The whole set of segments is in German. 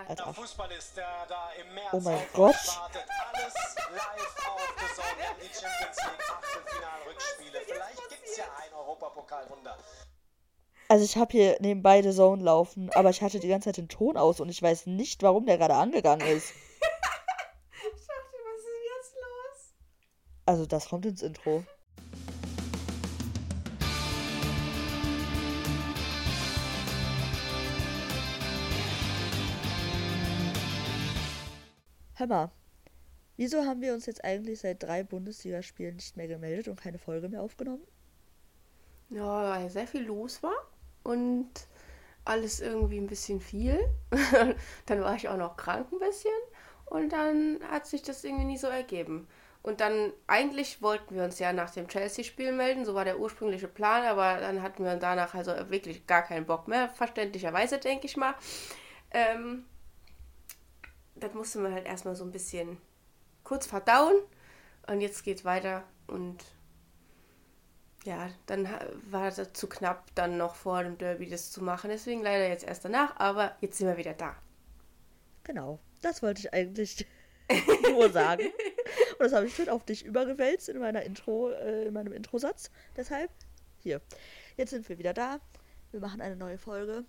Alter. Fußball ist, der da im März Oh mein auf Gott. uns wartet. Alles live auf The Zone. Wir haben die Champions League Achtelfinal-Rückspiele. Vielleicht gibt's ja ein Europapokalwunder. Also ich habe hier nebenbei The Zone laufen, aber ich hatte die ganze Zeit den Ton aus und ich weiß nicht, warum der gerade angegangen ist. Ich dachte, was ist denn jetzt los? Also das kommt ins Intro. Hör mal, wieso haben wir uns jetzt eigentlich seit 3 Bundesligaspielen nicht mehr gemeldet und keine Folge mehr aufgenommen? Ja, weil sehr viel los war und alles irgendwie ein bisschen viel. Dann war ich auch noch krank ein bisschen und dann hat sich das irgendwie nie so ergeben. Und dann, eigentlich wollten wir uns ja nach dem Chelsea-Spiel melden, so war der ursprüngliche Plan, aber dann hatten wir danach also wirklich gar keinen Bock mehr, verständlicherweise, denke ich mal. Das musste man halt erstmal so ein bisschen kurz verdauen und jetzt geht's weiter und ja, dann war das zu knapp, dann noch vor dem Derby das zu machen. Deswegen leider jetzt erst danach, aber jetzt sind wir wieder da. Genau, das wollte ich eigentlich nur sagen. Und das habe ich schön auf dich übergewälzt in meinem Introsatz. Deshalb, hier. Jetzt sind wir wieder da. Wir machen eine neue Folge.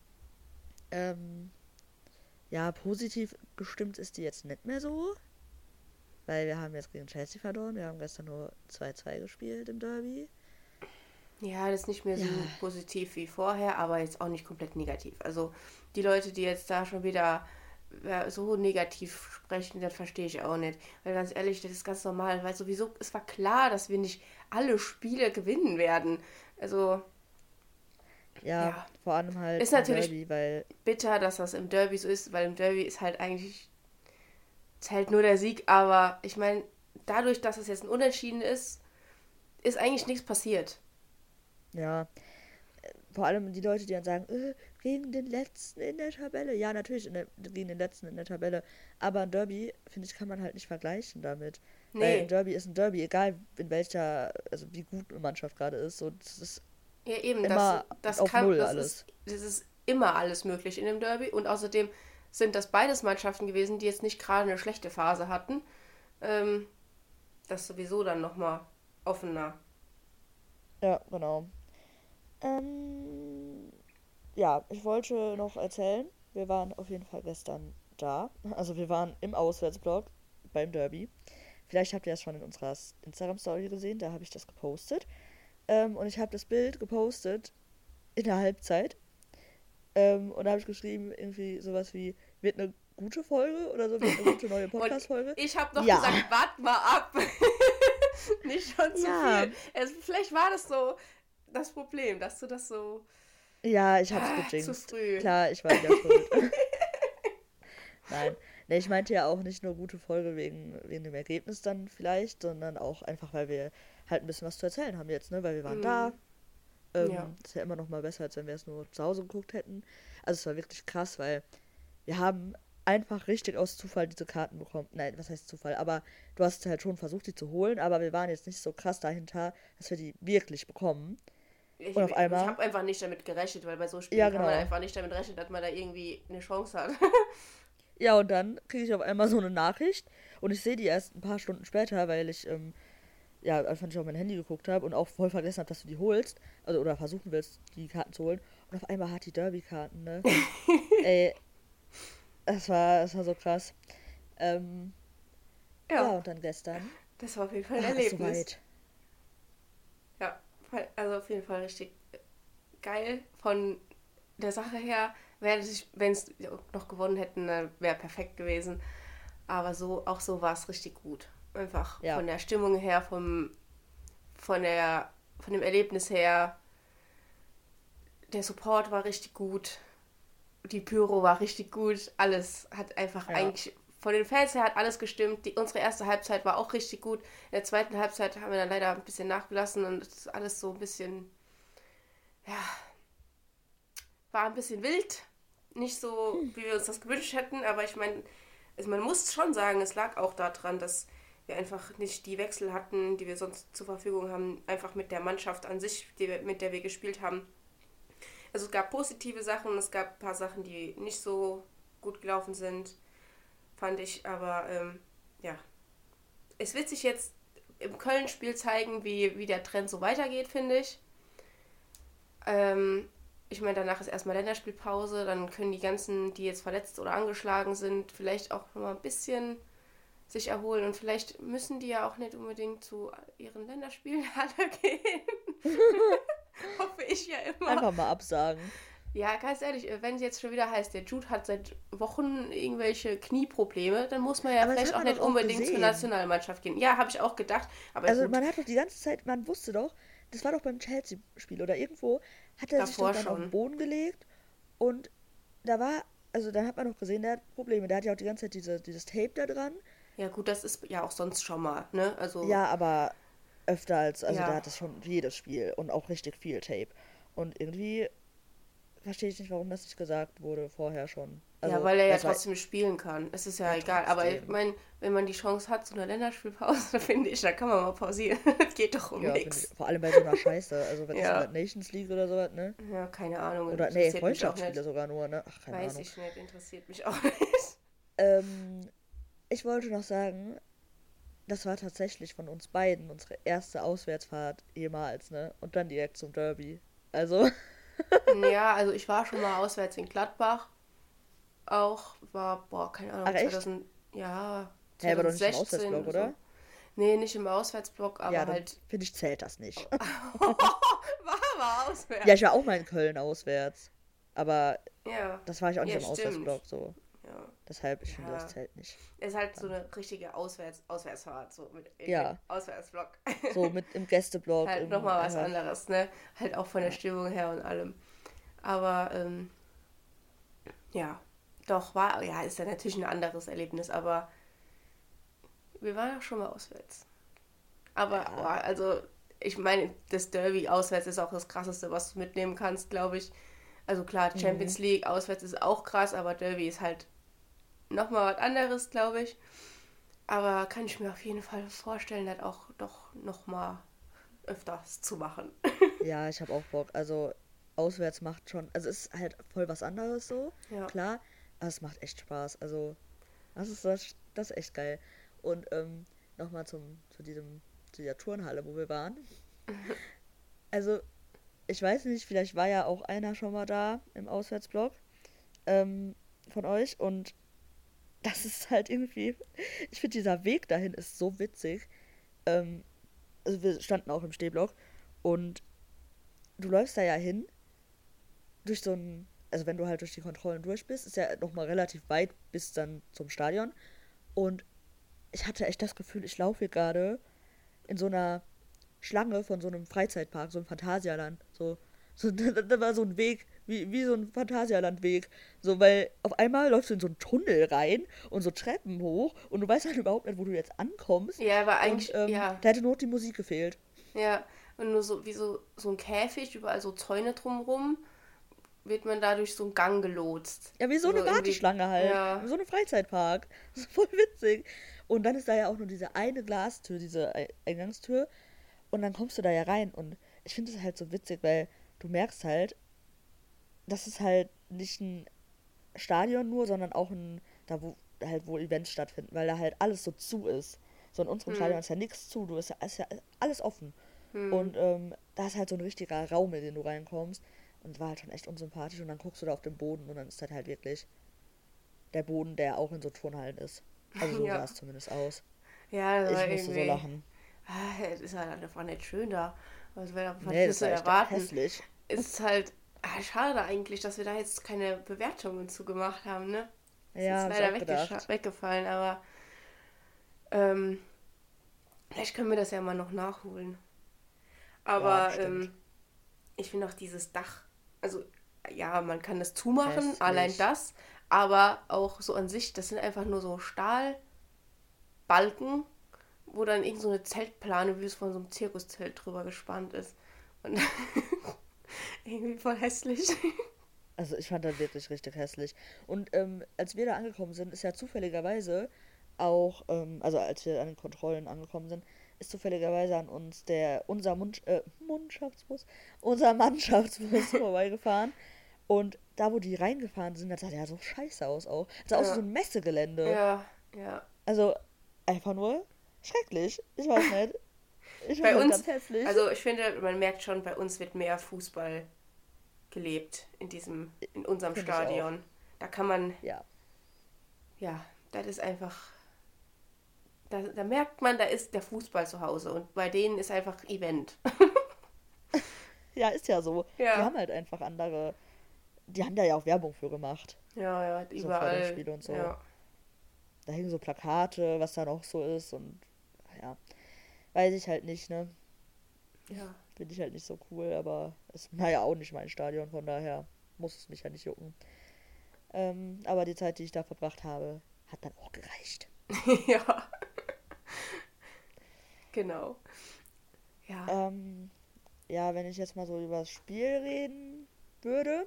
Ja, positiv gestimmt ist die jetzt nicht mehr so. Weil wir haben jetzt gegen Chelsea verloren. Wir haben gestern nur 2-2 gespielt im Derby. Ja, das ist nicht mehr so Ja. positiv wie vorher, aber jetzt auch nicht komplett negativ. Also die Leute, die jetzt da schon wieder so negativ sprechen, das verstehe ich auch nicht. Weil ganz ehrlich, das ist ganz normal, weil sowieso, es war klar, dass wir nicht alle Spiele gewinnen werden. Also Ja, Ja. vor allem halt Ist im natürlich- Derby, weil bitter, dass das im Derby so ist, weil im Derby ist halt eigentlich zählt nur der Sieg, aber ich meine, dadurch, dass es jetzt ein Unentschieden ist eigentlich nichts passiert. ja, vor allem die Leute, die dann sagen, gegen den Letzten in der Tabelle. Ja, natürlich gegen den Letzten in der Tabelle. Aber ein Derby, finde ich, kann man halt nicht vergleichen damit. Weil Nee. ein Derby ist ein Derby, egal in welcher, also wie gut eine Mannschaft gerade ist. So, das ist Ja, eben, immer das auf kann, Null das alles. das ist immer alles möglich in dem Derby und außerdem sind das beides Mannschaften gewesen, die jetzt nicht gerade eine schlechte Phase hatten. Das sowieso dann nochmal offener. Ja, genau. Ja, ich wollte noch erzählen, wir waren auf jeden Fall gestern da. Also wir waren im Auswärtsblock beim Derby. Vielleicht habt ihr das schon in unserer Instagram-Story gesehen, da habe ich das gepostet. Und ich habe das Bild gepostet in der Halbzeit. Und da habe ich geschrieben, irgendwie sowas wie, wird eine gute Folge oder so, wird eine gute neue Podcast-Folge. Ich habe noch Ja. gesagt, wart mal ab. Nicht schon zu Ja. viel. Vielleicht war das so das Problem, dass du das so Ja, ich hab's zu gejinxt. früh. Klar, ich war wieder schuld. Nein. Ne, ich meinte ja auch nicht nur gute Folge wegen dem Ergebnis dann vielleicht, sondern auch einfach, weil wir halt ein bisschen was zu erzählen haben jetzt, ne? Weil wir waren da. Ja. Ist ja immer noch mal besser, als wenn wir es nur zu Hause geguckt hätten. Also es war wirklich krass, weil wir haben einfach richtig aus Zufall diese Karten bekommen. Nein, was heißt Zufall? Aber du hast halt schon versucht, die zu holen, aber wir waren jetzt nicht so krass dahinter, dass wir die wirklich bekommen. Ich, Und auf ich einmal- habe einfach nicht damit gerechnet, weil bei so Spielen Ja, kann man genau. einfach nicht damit rechnen, dass man da irgendwie eine Chance hat. Ja, und dann kriege ich auf einmal so eine Nachricht und ich sehe die erst ein paar Stunden später, weil ich ja, einfach nicht auf mein Handy geguckt habe und auch voll vergessen habe, dass du die holst, also oder versuchen willst, die Karten zu holen. Und auf einmal hat die Derby-Karten, ne? Ey, das war so krass. Ja, und dann gestern Das war auf jeden Fall ein war es Erlebnis. soweit. Ja, also auf jeden Fall richtig geil. Von der Sache her, wenn es noch gewonnen hätten, dann wäre perfekt gewesen. Aber so war es richtig gut. Einfach Ja. von der Stimmung her, von dem Erlebnis her. Der Support war richtig gut. Die Pyro war richtig gut. Alles hat einfach Ja. eigentlich, von den Fans her hat alles gestimmt. Unsere erste Halbzeit war auch richtig gut. In der zweiten Halbzeit haben wir dann leider ein bisschen nachgelassen und es ist alles so ein bisschen, ja, war ein bisschen wild. Nicht so, wie wir uns das gewünscht hätten, aber ich meine, also man muss schon sagen, es lag auch daran, dass wir einfach nicht die Wechsel hatten, die wir sonst zur Verfügung haben, einfach mit der Mannschaft an sich, mit der wir gespielt haben. Also es gab positive Sachen und es gab ein paar Sachen, die nicht so gut gelaufen sind, fand ich. Aber ja, es wird sich jetzt im Köln-Spiel zeigen, wie der Trend so weitergeht, finde ich. Ich meine, danach ist erstmal Länderspielpause, dann können die ganzen, die jetzt verletzt oder angeschlagen sind, vielleicht auch nochmal ein bisschen sich erholen und vielleicht müssen die ja auch nicht unbedingt zu ihren Länderspielen alle gehen. Hoffe ich ja immer. Einfach mal absagen. Ja, ganz ehrlich, wenn es jetzt schon wieder heißt, der Jude hat seit Wochen irgendwelche Knieprobleme, dann muss man ja Aber das vielleicht hat auch man nicht doch auch unbedingt zur gesehen. Nationalmannschaft gehen. Ja, habe ich auch gedacht, aber Also gut, man hat doch die ganze Zeit, man wusste doch, das war doch beim Chelsea-Spiel oder irgendwo, hat er sich doch davor dann auf den schon. Boden gelegt und da war, also dann hat man doch gesehen, der hat Probleme. Der hat ja auch die ganze Zeit dieses Tape da dran. Ja gut, das ist ja auch sonst schon mal, ne? Also, Ja, aber öfter also der ja. hat das schon jedes Spiel und auch richtig viel Tape. Und irgendwie verstehe ich nicht, warum das nicht gesagt wurde vorher schon. Ja, Also, weil er ja das war, trotzdem spielen kann. Es ist ja ja egal. Aber ich trotzdem. meine, wenn man die Chance hat zu einer Länderspielpause, finde ich, da kann man mal pausieren. Es geht doch um Ja, finde ich, nichts. vor allem bei so einer Scheiße. Also, was ist denn Ja. das, Nations League oder sowas, ne? Ja, keine Ahnung. Oder, nee, Interessiert mich auch Freundschaftsspiele nicht. sogar nur, ne? Ach, keine Weiß Ahnung. ich nicht. Interessiert mich auch nicht. Ähm, ich wollte noch sagen, das war tatsächlich von uns beiden unsere erste Auswärtsfahrt jemals, ne? Und dann direkt zum Derby. Also, Ja, also ich war schon mal auswärts in Gladbach. Auch war, boah, keine ach Ahnung, echt? ja, Hä, aber doch nicht im 2016 Auswärtsblock, oder so. oder? Nee, nicht im Auswärtsblock, Ja, aber dann halt. finde ich, zählt das nicht. War aber Ja, auswärts. ich war auch mal in Köln auswärts. Aber Ja. das war ich auch nicht Ja, im stimmt. Auswärtsblock so. Ja. Deshalb, ich finde, das Ja. zählt nicht. Ist halt so Dann. eine richtige Auswärtsfahrt, so mit Ja, Auswärtsblock. so mit im Gästeblock, Halt im nochmal was einfach. anderes, ne? Halt auch von der Ja. Stimmung her und allem. Aber, ja, doch, ja, ist ja natürlich ein anderes Erlebnis, aber wir waren auch schon mal auswärts. Aber, Ja. boah, also, ich meine, das Derby auswärts ist auch das Krasseste, was du mitnehmen kannst, glaube ich. Also klar, Mhm. Champions League auswärts ist auch krass, aber Derby ist halt nochmal was anderes, glaube ich. Aber kann ich mir auf jeden Fall vorstellen, das auch doch nochmal öfters zu machen. Ja, ich habe auch Bock. Also, auswärts macht schon. Also, es ist halt voll was anderes so, Ja. klar. Aber es macht echt Spaß. Also, das ist echt geil. Und nochmal zu dieser Turnhalle, wo wir waren. Also, ich weiß nicht, vielleicht war ja auch einer schon mal da im Auswärtsblock von euch. Und das ist halt irgendwie. Ich finde, dieser Weg dahin ist so witzig. Ähm, also, wir standen auch im Stehblock. Und du läufst da ja hin durch so ein, also wenn du halt durch die Kontrollen durch bist, ist ja nochmal relativ weit bis dann zum Stadion. Und ich hatte echt das Gefühl, ich laufe hier gerade in so einer Schlange von so einem Freizeitpark, so einem Phantasialand. Da war so ein Weg, wie so ein Phantasialandweg. So, weil auf einmal läufst du in so einen Tunnel rein und so Treppen hoch und du weißt halt überhaupt nicht, wo du jetzt ankommst. Ja, aber Und eigentlich, ja, da hätte nur noch die Musik gefehlt. ja. Und nur so wie so ein Käfig, überall so Zäune drumrum, wird man da durch so einen Gang gelotst. Ja, wie so Also eine irgendwie, Warteschlange halt. ja, Wie so eine Freizeitpark. Das ist voll witzig. Und dann ist da ja auch nur diese eine Glastür, diese Eingangstür. Und dann kommst du da ja rein. Und ich finde es halt so witzig, weil du merkst halt, das ist halt nicht ein Stadion nur, sondern auch da wo halt wo Events stattfinden, weil da halt alles so zu ist. So in unserem hm, Stadion ist ja nichts zu, ist ja alles offen. hm. Und da ist halt so ein richtiger Raum, in den du reinkommst. Und war halt schon echt unsympathisch. Und dann guckst du da auf den Boden und dann ist das halt wirklich der Boden, der auch in so Turnhallen ist. Also so sah Ja, es zumindest aus. ja, das war Ich musste so irgendwie, lachen. es ist halt einfach nicht schön da. Also, was Nee, willst das du war echt erwarten? hässlich. Ist halt schade eigentlich, dass wir da jetzt keine Bewertungen zu gemacht haben, ne? Ist Ja, jetzt habe ich leider auch gedacht. weggefallen, aber ähm, vielleicht können wir das ja mal noch nachholen. Ja, Aber bestimmt. ich finde auch dieses Dach, also ja, man kann das zumachen, allein Hässlich. das, aber auch so an sich, das sind einfach nur so Stahlbalken, wo dann irgend so eine Zeltplane, wie es von so einem Zirkuszelt drüber gespannt ist. Und irgendwie voll hässlich. Also ich fand das wirklich richtig hässlich. Und als wir da angekommen sind, ist ja zufälligerweise auch, also als wir an den Kontrollen angekommen sind, ist zufälligerweise an uns unser Mannschaftsbus vorbeigefahren. Und da wo die reingefahren sind, das sah ja so scheiße aus auch. Das sah aus wie so ein Messegelände. Ja, ja. Also einfach nur schrecklich. Ich weiß nicht. Ich Bei finde das uns, ganz hässlich. also ich finde, man merkt schon, bei uns wird mehr Fußball gelebt in unserem Finde ich auch. Stadion. Da kann man, Ja. ja, das ist einfach, da merkt man, da ist der Fußball zu Hause und bei denen ist einfach Event. Ja, ist ja so. Ja. Die haben halt einfach andere. Die haben da ja auch Werbung für gemacht. Ja, So vor dem überall. Spiel und so. Ja. Da hängen so Plakate, was da noch so ist und ja. Weiß ich halt nicht, ne? Ja. Finde ich halt nicht so cool, aber es war ja auch nicht mein Stadion, von daher muss es mich ja nicht jucken. Aber die Zeit, die ich da verbracht habe, hat dann auch gereicht. Ja. Genau. Ja. Ja, wenn ich jetzt mal so über das Spiel reden würde.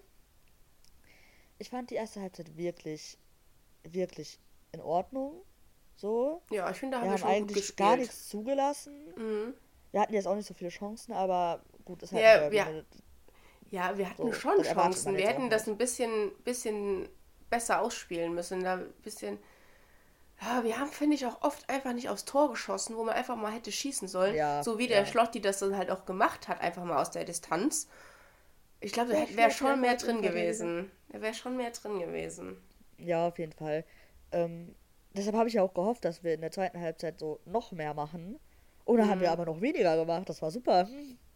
Ich fand die erste Halbzeit wirklich, wirklich in Ordnung. So. Ja, ich finde, da Wir haben wir haben schon gut eigentlich gespielt. gar nichts zugelassen. Mhm. Wir hatten jetzt auch nicht so viele Chancen, aber gut, ist halt Ja, ein Derby. ja. Ne? Ja, wir hatten So, schon das erwartet Chancen. man Wir jetzt auch hätten das nicht. ein bisschen besser ausspielen müssen. Da ein bisschen. Ja, wir haben, finde ich, auch oft einfach nicht aufs Tor geschossen, wo man einfach mal hätte schießen sollen. Ja, So wie der ja. Schlotti das dann halt auch gemacht hat, einfach mal aus der Distanz. Ich glaube, da Der wäre Schlotti schon mehr einfach drin unverteidigt. gewesen. Da wäre schon mehr drin gewesen. Ja, auf jeden Fall. Deshalb habe ich ja auch gehofft, dass wir in der zweiten Halbzeit so noch mehr machen. Und dann haben wir aber noch weniger gemacht. Das war super.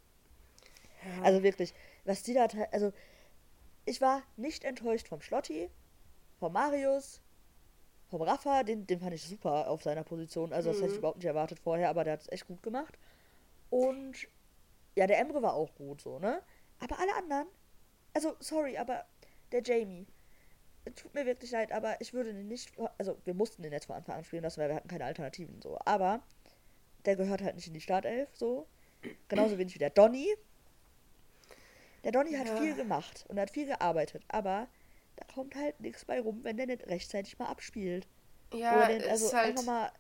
Ja. Also wirklich, was die da. Also, ich war nicht enttäuscht vom Schlotti, vom Marius, vom Rafa. Den fand ich super auf seiner Position. Also, das hätte ich überhaupt nicht erwartet vorher, aber der hat es echt gut gemacht. Und ja, der Emre war auch gut, so, ne? Aber alle anderen. Also, sorry, aber der Jamie. Tut mir wirklich leid, aber ich würde den nicht. Also, wir mussten den jetzt von Anfang an spielen lassen, weil wir hatten keine Alternativen, so. Aber der gehört halt nicht in die Startelf, so. Genauso wenig wie der Donny. Der Donny hat Ja. viel gemacht und hat viel gearbeitet, aber da kommt halt nichts bei rum, wenn der nicht rechtzeitig mal abspielt. Ja, Oder den, es also ist halt. einfach mal.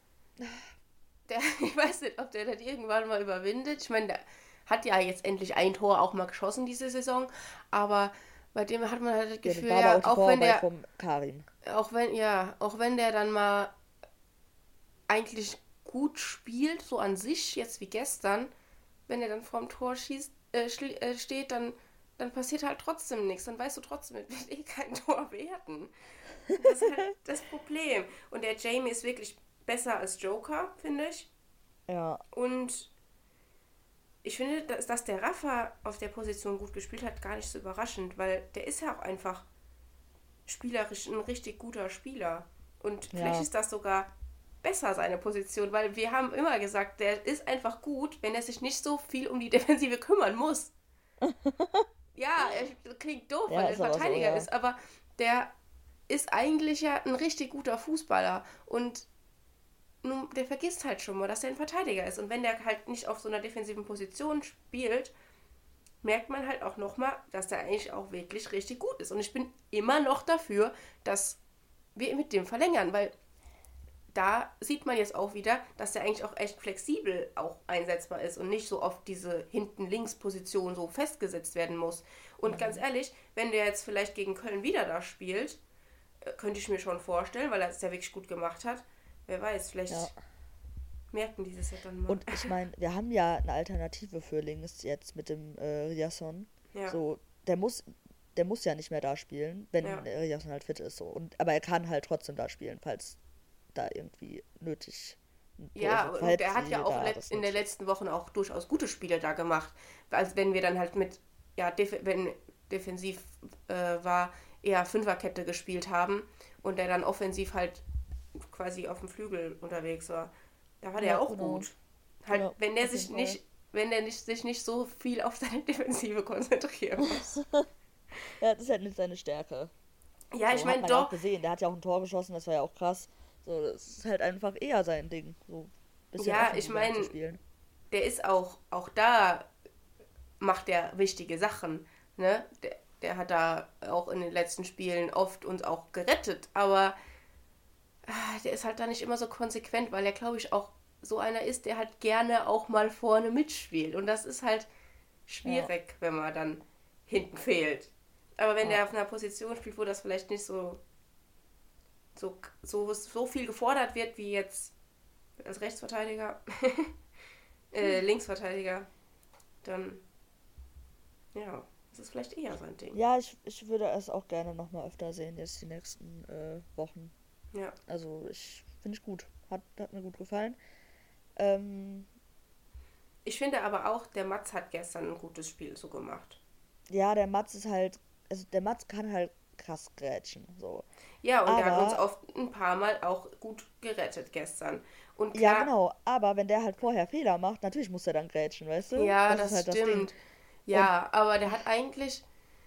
Ich weiß nicht, ob der das irgendwann mal überwindet. Ich meine, der hat ja jetzt endlich ein Tor auch mal geschossen diese Saison, aber bei dem hat man halt das Ja, das Gefühl, war aber ja, auch die auch wenn Vorarbeit der, vom Karim. auch wenn der dann mal eigentlich gut spielt, so an sich, jetzt wie gestern, wenn er dann vorm Tor steht, dann passiert halt trotzdem nichts. Dann weißt du trotzdem, es wird eh kein Tor werden. Das ist halt das Problem. Und der Jamie ist wirklich besser als Joker, finde ich. Ja, Und ich finde, dass der Rafa auf der Position gut gespielt hat, gar nicht so überraschend, weil der ist ja auch einfach spielerisch ein richtig guter Spieler. Und vielleicht ja. ist das sogar besser seine Position, weil wir haben immer gesagt, der ist einfach gut, wenn er sich nicht so viel um die Defensive kümmern muss. Ja, er klingt doof, Ja, weil er ist aber so, Verteidiger ja. ist, aber der ist eigentlich ja ein richtig guter Fußballer und nun, der vergisst halt schon mal, dass er ein Verteidiger ist. Und wenn der halt nicht auf so einer defensiven Position spielt, merkt man halt auch nochmal, dass der eigentlich auch wirklich richtig gut ist. Und ich bin immer noch dafür, dass wir mit dem verlängern, weil da sieht man jetzt auch wieder, dass der eigentlich auch echt flexibel auch einsetzbar ist und nicht so auf diese hinten-links-Position so festgesetzt werden muss. Und ganz ehrlich, wenn der jetzt vielleicht gegen Köln wieder da spielt, könnte ich mir schon vorstellen, weil er es ja wirklich gut gemacht hat. Wer weiß, vielleicht Ja. merken die das ja dann mal. Und ich meine, wir haben ja eine Alternative für links jetzt mit dem Riasson. Ja. So, der muss ja nicht mehr da spielen, wenn Ja. Riasson halt fit ist. So. Aber er kann halt trotzdem da spielen, falls da irgendwie nötig. Ja, also, und falls der hat ja sie auch da das in den nicht- letzten Wochen auch durchaus gute Spiele da gemacht. Also wenn wir dann halt mit, ja, wenn defensiv war, eher Fünferkette gespielt haben und der dann offensiv halt quasi auf dem Flügel unterwegs war. Da war der Ja, auch genau. gut. Halt, Ja, wenn der auf sich jeden Fall. nicht, sich nicht so viel auf seine Defensive konzentrieren muss. Ja, das ist halt nicht seine Stärke. Ja, So, ich hat meine man ja auch doch, gesehen, der hat ja auch ein Tor geschossen, das war ja auch krass. So, das ist halt einfach eher sein Ding. So ein bisschen Ja, offensiver ich mein, zu spielen. der ist auch da macht der wichtige Sachen, ne? Der hat da auch in den letzten Spielen oft uns auch gerettet, aber der ist halt da nicht immer so konsequent, weil er, glaube ich, auch so einer ist, der halt gerne auch mal vorne mitspielt. Und das ist halt schwierig, wenn man dann hinten fehlt. Aber wenn der auf einer Position spielt, wo das vielleicht nicht so viel gefordert wird, wie jetzt als Rechtsverteidiger, Linksverteidiger, dann, ja, das ist vielleicht eher sein Ding. Ja, ich würde es auch gerne nochmal öfter sehen, jetzt die nächsten Wochen. Ja. Also, finde ich gut. Hat mir gut gefallen. Ich finde aber auch, der Mats hat gestern ein gutes Spiel so gemacht. Ja, der Mats ist halt, also der Mats kann halt krass grätschen, so. Ja, und der hat uns Aber, oft ein paar Mal auch gut gerettet gestern. Und ja klar, genau, aber wenn der halt vorher Fehler macht, natürlich muss er dann grätschen, weißt du? ja, Das ist das halt das Ding. stimmt. Und Ja, aber der hat eigentlich,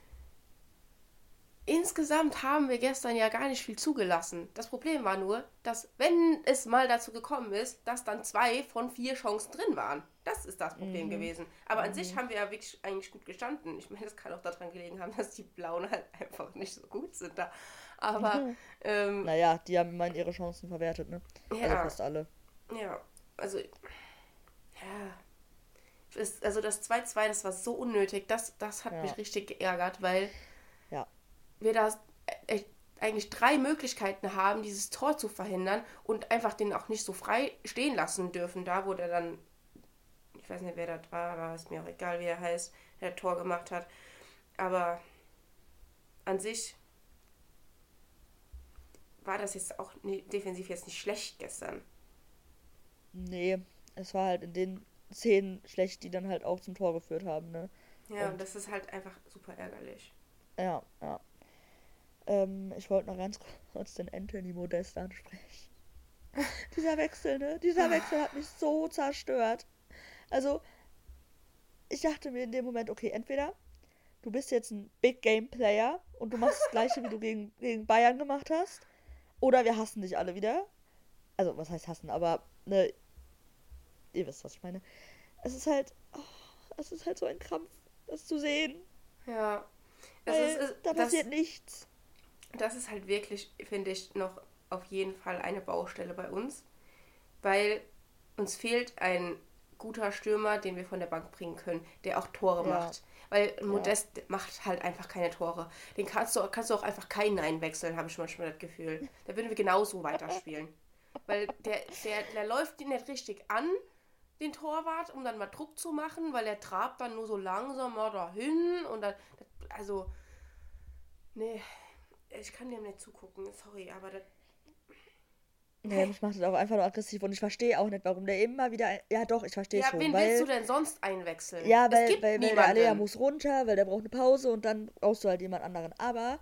insgesamt haben wir gestern ja gar nicht viel zugelassen. Das Problem war nur, dass wenn es mal dazu gekommen ist, dass dann 2 von 4 Chancen drin waren. Das ist das Problem gewesen. Aber an sich haben wir ja wirklich eigentlich gut gestanden. Ich meine, das kann auch daran gelegen haben, dass die Blauen halt einfach nicht so gut sind da. Aber naja, die haben immerhin ihre Chancen verwertet, ne? Also ja, fast alle. ja, also ja, also das 2:2, das war so unnötig. Das hat Ja, mich richtig geärgert, weil ja. wir da eigentlich 3 Möglichkeiten haben, dieses Tor zu verhindern und einfach den auch nicht so frei stehen lassen dürfen, da wo der dann, ich weiß nicht, wer das war, aber ist mir auch egal, wie er heißt, der Tor gemacht hat. Aber an sich war das jetzt auch defensiv jetzt nicht schlecht gestern. Nee, es war halt in den Szenen schlecht, die dann halt auch zum Tor geführt haben, ne? Ja, und Und das ist halt einfach super ärgerlich. ja, ja. Ich wollte noch ganz kurz den Anthony Modest ansprechen. Dieser Wechsel, ne? Dieser Wechsel hat mich so zerstört. Also, ich dachte mir in dem Moment, okay, entweder du bist jetzt ein Big Game Player und du machst das gleiche, wie du gegen Bayern gemacht hast, oder wir hassen dich alle wieder. Also, was heißt hassen, aber, ne, ihr wisst, was ich meine. Es ist halt, es ist halt so ein Krampf, das zu sehen, Ja, es weil da passiert nichts. das ist halt wirklich, finde ich, noch auf jeden Fall eine Baustelle bei uns, weil uns fehlt ein guter Stürmer, den wir von der Bank bringen können, der auch Tore Ja, macht. Weil ja. Modest macht halt einfach keine Tore. Den kannst du auch einfach keinen einwechseln, habe ich manchmal das Gefühl. Da würden wir genauso weiterspielen. Weil der läuft ihn nicht richtig an, den Torwart, um dann mal Druck zu machen, weil er trabt dann nur so langsam mal dahin und dann, also, nee, ich kann dem nicht zugucken, sorry, aber das, Nee, mich macht das auch einfach nur aggressiv und ich verstehe auch nicht, warum der immer wieder. Ja, doch, ich verstehe ja, schon, wen willst du weil. denn sonst einwechseln? Ja, Es weil, gibt weil, weil der Alea niemanden. muss runter, weil der braucht eine Pause und dann brauchst du halt jemand anderen. Aber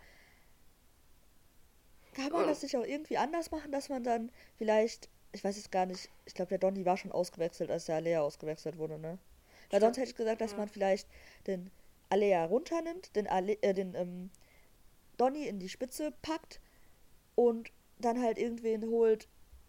kann man Und, das nicht auch irgendwie anders machen, dass man dann vielleicht. Ich weiß jetzt gar nicht. Ich glaube, der Donny war schon ausgewechselt, als der Alea ausgewechselt wurde, ne? Weil sonst stimmt, hätte ich gesagt, dass ja. man vielleicht den Alea runternimmt, den Donny in die Spitze packt und dann halt irgendwen holt,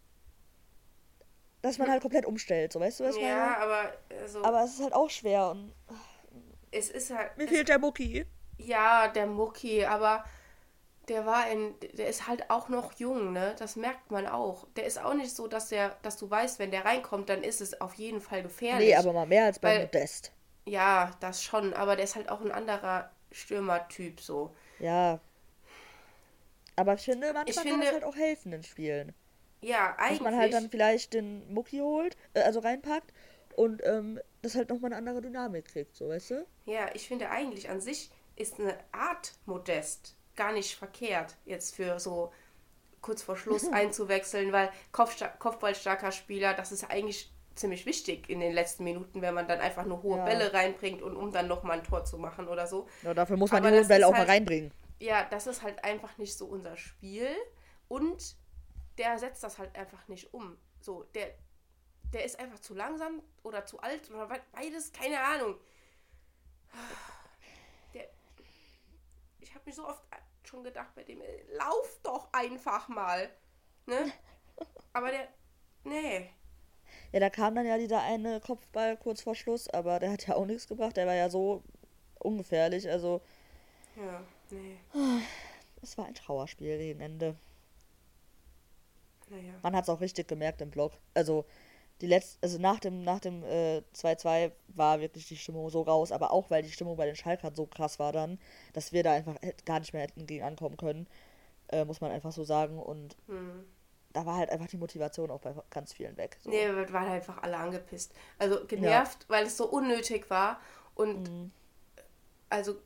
dass man halt komplett umstellt. So, weißt du, was ich meine? Ja, aber also, Aber es ist halt auch schwer und es ist halt, mir fehlt der Mucki. ja, der Mucki, aber der ist halt auch noch jung, ne? Das merkt man auch. Der ist auch nicht so, dass du weißt, wenn der reinkommt, dann ist es auf jeden Fall Nee, gefährlich. aber mal mehr als bei Weil, Modest. ja, das schon, aber der ist halt auch ein anderer Stürmertyp so. Ja, aber ich finde, Ich manchmal kann finde, das halt auch helfen in Spielen. ja, Dass man halt dann eigentlich, vielleicht den Mucki holt, also reinpackt und das halt nochmal eine andere Dynamik kriegt, so, weißt du? ja, ich finde eigentlich an sich ist eine Art Modest gar nicht verkehrt, jetzt für so kurz vor Schluss einzuwechseln, weil Kopfballstarker Spieler, das ist eigentlich ziemlich wichtig in den letzten Minuten, wenn man dann einfach nur hohe Ja. Bälle reinbringt und um dann nochmal ein Tor zu machen oder so. Ja, dafür muss man die Aber hohen das Bälle ist auch mal halt, reinbringen. ja, das ist halt einfach nicht so unser Spiel und der setzt das halt einfach nicht um. So, der ist einfach zu langsam oder zu alt oder beides, keine Ahnung. Der, ich habe mich so oft schon gedacht bei dem, lauf doch einfach mal. Ne? Aber nee. Ja, da kam dann ja dieser eine Kopfball kurz vor Schluss, aber der hat ja auch nichts gebracht. Der war ja so ungefährlich. Also, Ja, nee. es war ein Trauerspiel gegen Ende. Naja. Man hat es auch richtig gemerkt im Block. Also, also nach dem 2-2 war wirklich die Stimmung so raus, aber auch weil die Stimmung bei den Schalkern so krass war dann, dass wir da einfach gar nicht mehr hätten gegen ankommen können, muss man einfach so sagen. Und da war halt einfach die Motivation auch bei ganz vielen weg. So. Nee, wir waren halt einfach alle angepisst. Also Ja. genervt, weil es so unnötig war. Und also,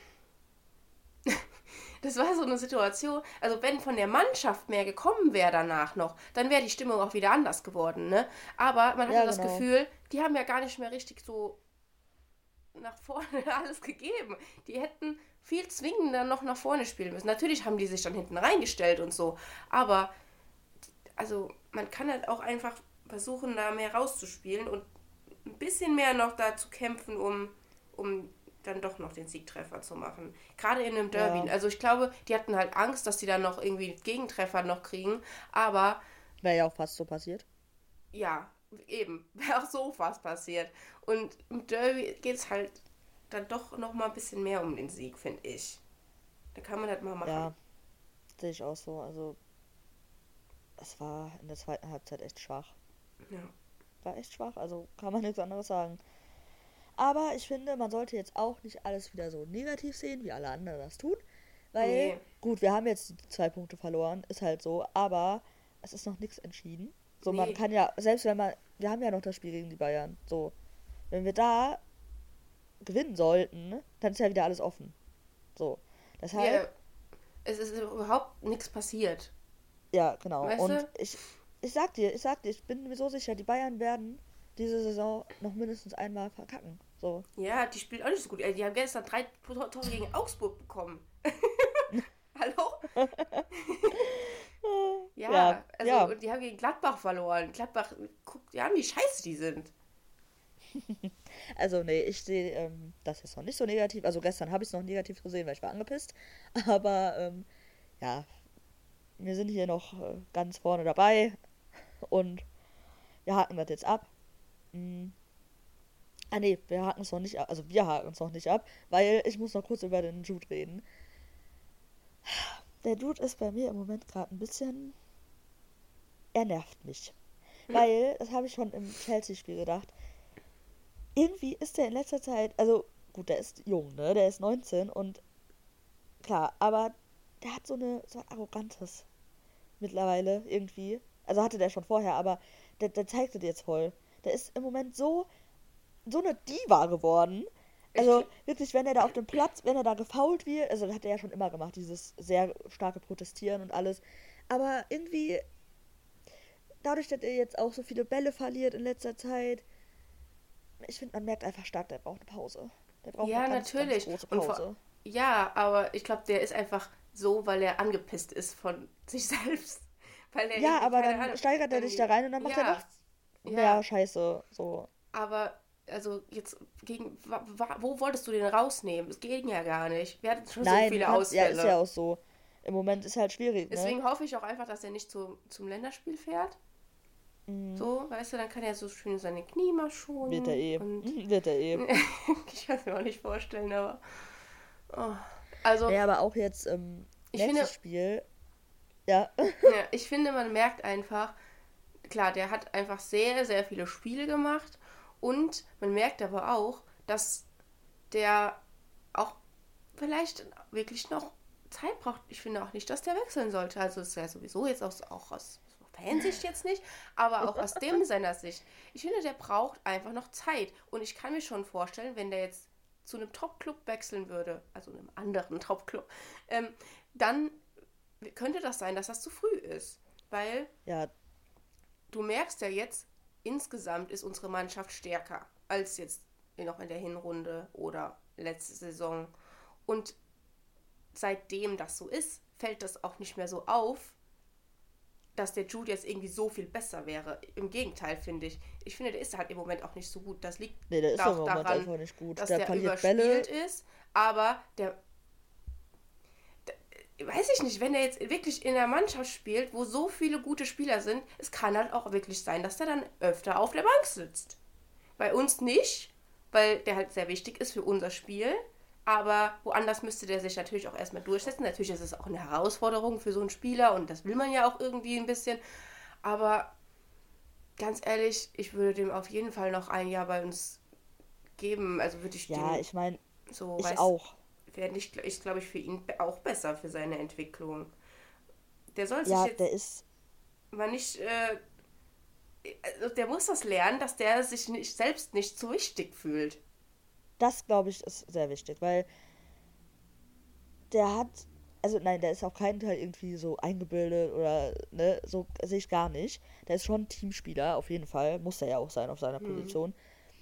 das war so eine Situation, also wenn von der Mannschaft mehr gekommen wäre danach noch, dann wäre die Stimmung auch wieder anders geworden, ne? Aber man hatte Ja, das genau. Gefühl, die haben ja gar nicht mehr richtig so nach vorne alles gegeben. Die hätten viel zwingender noch nach vorne spielen müssen. Natürlich haben die sich dann hinten reingestellt und so, aber also man kann halt auch einfach versuchen, da mehr rauszuspielen und ein bisschen mehr noch da zu kämpfen, um dann doch noch den Siegtreffer zu machen. Gerade in einem Derby. Ja. Also ich glaube, die hatten halt Angst, dass die dann noch irgendwie einen Gegentreffer noch kriegen. Aber Wäre ja auch fast so passiert. ja, eben, wäre auch so fast passiert. Und im Derby geht es halt dann doch noch mal ein bisschen mehr um den Sieg, finde ich. Da kann man das mal machen. Ja, sehe ich auch so. Also, es war in der zweiten Halbzeit echt schwach. Ja. War echt schwach, also kann man nichts anderes sagen. Aber ich finde, man sollte jetzt auch nicht alles wieder so negativ sehen, wie alle anderen das tun. Weil, Nee. gut, wir haben jetzt die 2 Punkte verloren, ist halt so, aber es ist noch nichts entschieden. So, man Nee. kann ja, selbst wenn wir haben ja noch das Spiel gegen die Bayern, so, wenn wir da gewinnen sollten, dann ist ja wieder alles offen. So, deshalb, Es ist überhaupt nichts passiert. ja, genau. Weißt Und du? ich sag dir, ich bin mir so sicher, die Bayern werden diese Saison noch mindestens einmal verkacken. So. Ja, die spielt auch nicht so gut. Die haben gestern 3 Tore gegen Augsburg bekommen. Hallo? Ja, Ja, also ja. und die haben gegen Gladbach verloren. Gladbach, guckt dir an, wie scheiße die sind. Also, nee, ich sehe das jetzt noch nicht so negativ. Also, gestern habe ich es noch negativ gesehen, weil ich war angepisst. Aber, ja, wir sind hier noch ganz vorne dabei und wir haken das jetzt ab. Mm. Ah, nee, wir haken es noch nicht ab. Also, wir haken es noch nicht ab, weil ich muss noch kurz über den Jude reden. Der Jude ist bei mir im Moment gerade ein bisschen. Er nervt mich. Weil, das habe ich schon im Chelsea-Spiel gedacht. Irgendwie ist der in letzter Zeit, also gut, der ist jung, ne? Der ist 19 und klar, aber der hat so ein arrogantes mittlerweile irgendwie. Also hatte der schon vorher, aber der zeigt das jetzt voll. Der ist im Moment so eine Diva geworden. Also wirklich, wenn er da auf dem Platz, wenn er da gefoult wird, also das hat er ja schon immer gemacht, dieses sehr starke Protestieren und alles. Aber irgendwie, dadurch, dass er jetzt auch so viele Bälle verliert in letzter Zeit, ich finde, man merkt einfach stark, der braucht eine Pause. Der braucht Ja, eine ganz, natürlich. ganz große Und Pause. ja, aber ich glaube, der ist einfach so, weil er angepisst ist von sich selbst. Weil er Ja, irgendwie, aber keine dann Ahnung, steigert er dich da rein und dann macht er ja, noch ja, mehr Scheiße. So. aber also jetzt wo wolltest du den rausnehmen? Es ging ja gar nicht. Wir hatten schon so Nein, viele ja, ist ja Ausfälle. auch so. Im Moment ist halt schwierig, ne? Deswegen hoffe ich auch einfach, dass er nicht zum Länderspiel fährt. Mhm. So, weißt du, dann kann er so schön seine Knie mal schonen. Wird er eh. Und Wird er eh. ich kann es mir auch nicht vorstellen, aber. Oh. Also, Ja, aber auch jetzt ich nächstes finde, Spiel. Ja. ja, ich finde, man merkt einfach, klar, der hat einfach sehr, sehr viele Spiele gemacht und man merkt aber auch, dass der auch vielleicht wirklich noch Zeit braucht. Ich finde auch nicht, dass der wechseln sollte. Also es ist ja sowieso jetzt auch aus Fansicht jetzt nicht, aber auch aus dem seiner Sicht. Ich finde, der braucht einfach noch Zeit. Und ich kann mir schon vorstellen, wenn der jetzt zu einem Top-Club wechseln würde, also einem anderen Top-Club, dann könnte das sein, dass das zu früh ist. Weil Ja, du merkst ja jetzt, insgesamt ist unsere Mannschaft stärker als jetzt noch in der Hinrunde oder letzte Saison. Und seitdem das so ist, fällt das auch nicht mehr so auf, dass der Jude jetzt irgendwie so viel besser wäre. Im Gegenteil, finde ich. Ich finde, der ist halt im Moment auch nicht so gut. Das liegt nee, der ist im auch Moment daran, einfach nicht gut. dass Der der verliert überspielt Bälle. ist. Aber weiß ich nicht, wenn er jetzt wirklich in der Mannschaft spielt, wo so viele gute Spieler sind, es kann halt auch wirklich sein, dass der dann öfter auf der Bank sitzt. Bei uns nicht, weil der halt sehr wichtig ist für unser Spiel. Aber woanders müsste der sich natürlich auch erstmal durchsetzen. Natürlich ist es auch eine Herausforderung für so einen Spieler und das will man ja auch irgendwie ein bisschen. Aber ganz ehrlich, ich würde dem auf jeden Fall noch ein Jahr bei uns geben. Also würde ich Ja, dem ich meine, so, ich weiß, auch. wäre nicht, ist glaube ich für ihn auch besser für seine Entwicklung. Der soll sich Ja, jetzt der ist, mal nicht, also der muss das lernen, dass der sich nicht, selbst nicht zu wichtig fühlt. das glaube ich, ist sehr wichtig, weil der hat, also nein, der ist auf keinen Fall irgendwie so eingebildet oder, ne, so sehe ich gar nicht. Der ist schon ein Teamspieler, auf jeden Fall, muss er ja auch sein auf seiner Hm. Position.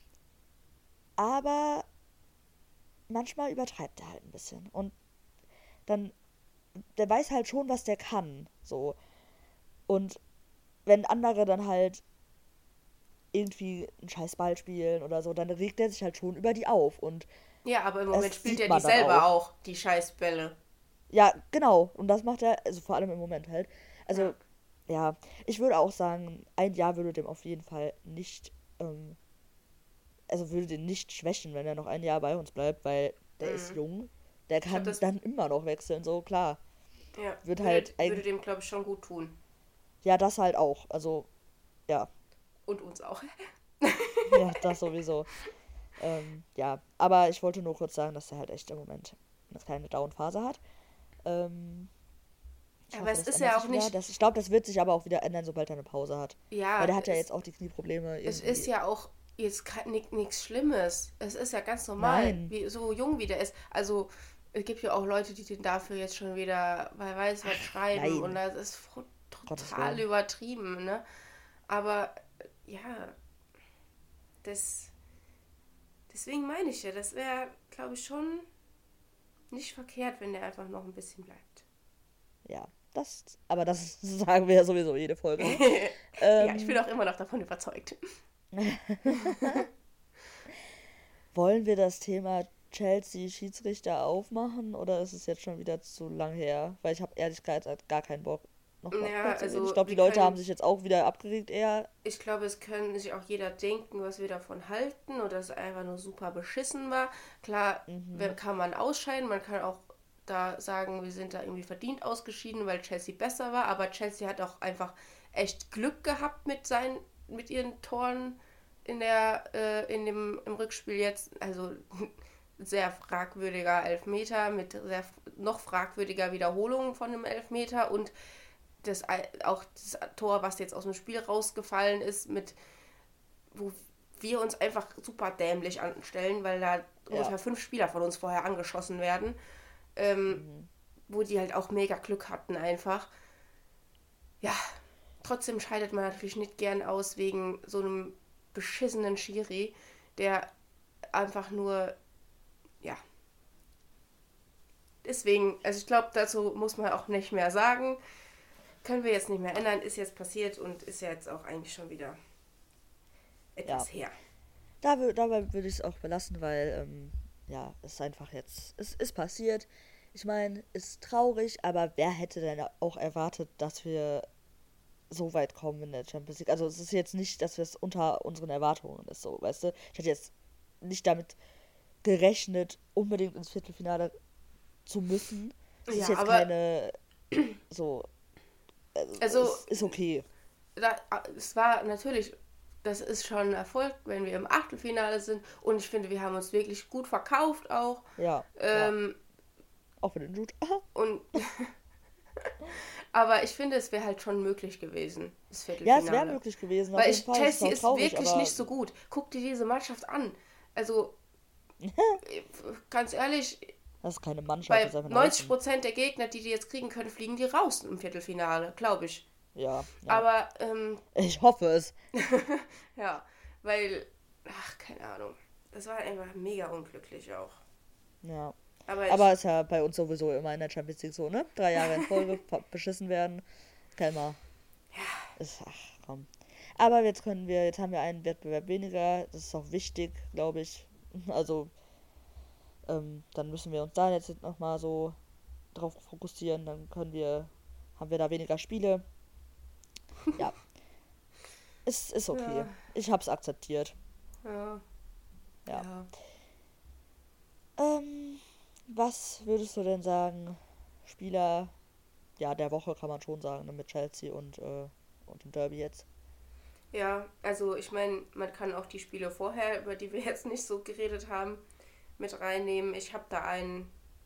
Aber manchmal übertreibt er halt ein bisschen. Und dann, der weiß halt schon, was der kann, so. Und wenn andere dann halt irgendwie einen scheiß Ball spielen oder so, dann regt er sich halt schon über die auf. Und Ja, aber im Moment das spielt sieht er die man dann selber auch. auch, die Scheißbälle. Ja, genau. Und das macht er, also vor allem im Moment halt. Ja. Also, ja, ich würde auch sagen, ein Jahr würde dem auf jeden Fall nicht, also würde den nicht schwächen, wenn er noch ein Jahr bei uns bleibt, weil der ist Mhm. jung. Der Ich glaube, kann das dann immer noch wechseln, so klar. ja, Wird würde, halt würde eigentlich, dem, glaube ich, schon gut tun. ja, das halt auch. Also, ja, Und uns auch. ja, das sowieso. Ja, aber ich wollte nur kurz sagen, dass er halt echt im Moment eine kleine Down-Phase hat. Ähm, Ich Aber hoffe, es das ist ändert ja sich auch wieder. nicht, Ich glaube, das wird sich aber auch wieder ändern, sobald er eine Pause hat. Weil ja, der hat ja jetzt auch die Knieprobleme es ist irgendwie. ja auch jetzt nichts Schlimmes. Es ist ja ganz normal, Nein. wie so jung wie der ist. Also, es gibt ja auch Leute, die den dafür jetzt schon wieder, weil weiß was schreiben und Nein. das ist Gottes total Willen. übertrieben, ne? Aber ja, das, deswegen meine ich ja, das wäre, glaube ich, schon nicht verkehrt, wenn der einfach noch ein bisschen bleibt. Ja. Aber das sagen wir ja sowieso jede Folge, ne? Ja, ich bin Ähm, auch immer noch davon überzeugt. Wollen wir das Thema Chelsea-Schiedsrichter aufmachen oder ist es jetzt schon wieder zu lang her? Weil ich habe ehrlich gesagt gar keinen Bock, nochmal Ja, drüber zu reden. Ich also glaube, die wir Leute haben können, sich jetzt auch wieder abgeregt eher. ich glaube, es können sich auch jeder denken, was wir davon halten oder dass es einfach nur super beschissen war. Klar, Mhm. kann man ausscheiden, man kann auch da sagen, wir sind da irgendwie verdient ausgeschieden, weil Chelsea besser war, aber Chelsea hat auch einfach echt Glück gehabt mit ihren Toren im Rückspiel jetzt. Also sehr fragwürdiger Elfmeter mit noch fragwürdiger Wiederholung von einem Elfmeter und auch das Tor, was jetzt aus dem Spiel rausgefallen ist, wo wir uns einfach super dämlich anstellen, weil da Ja. ungefähr 5 Spieler von uns vorher angeschossen werden, ähm, Mhm. wo die halt auch mega Glück hatten einfach. Ja, trotzdem scheidet man natürlich nicht gern aus wegen so einem beschissenen Schiri, der einfach nur, ja, deswegen, also ich glaube, dazu muss man auch nicht mehr sagen. Können wir jetzt nicht mehr ändern, ist jetzt passiert und ist ja jetzt auch eigentlich schon wieder Ja. etwas her. Dabei würde ich es auch belassen, weil, ja, es ist einfach jetzt, es ist passiert. Ich meine, ist traurig, aber wer hätte denn auch erwartet, dass wir so weit kommen in der Champions League? Also es ist jetzt nicht, dass es unter unseren Erwartungen ist, so, weißt du? Ich hätte jetzt nicht damit gerechnet, unbedingt ins Viertelfinale zu müssen. Es ist Ja, jetzt aber keine, so, also es ist okay. es war natürlich, das ist schon ein Erfolg, wenn wir im Achtelfinale sind und ich finde, wir haben uns wirklich gut verkauft auch. Ja, ja. Ähm, Auch für den Jude. und aber ich finde, es wäre halt schon möglich gewesen, das Ja, es wäre Viertelfinale. möglich gewesen, auf Weil jeden Fall. Es ist Chelsea auch ist traurig, wirklich aber nicht so gut. Guck dir diese Mannschaft an. Also, ganz ehrlich, das ist keine Mannschaft, das bei ist einfach ein Haufen. 90% der Gegner, die jetzt kriegen können, fliegen die raus im Viertelfinale, glaube ich. Ja, ja. Aber, Ich hoffe es. ja, weil, ach, keine Ahnung. Das war einfach mega unglücklich auch. Ja. Aber Aber ist ja bei uns sowieso immer in der Champions League so, ne? 3 Jahre in Folge beschissen werden. Keiner. Ach, komm. Aber jetzt haben wir einen Wettbewerb weniger. Das ist auch wichtig, glaube ich. Also, dann müssen wir uns da jetzt nochmal so drauf fokussieren. Haben wir da weniger Spiele. Ja, es ist okay. ja, Ich hab's akzeptiert. ja, Ja. ja. Ähm, Was würdest du denn sagen? Spieler, ja, der Woche kann man schon sagen, ne, mit Chelsea und dem Derby jetzt. Ja, also ich meine, man kann auch die Spiele vorher, über die wir jetzt nicht so geredet haben, mit reinnehmen. Ich habe da einen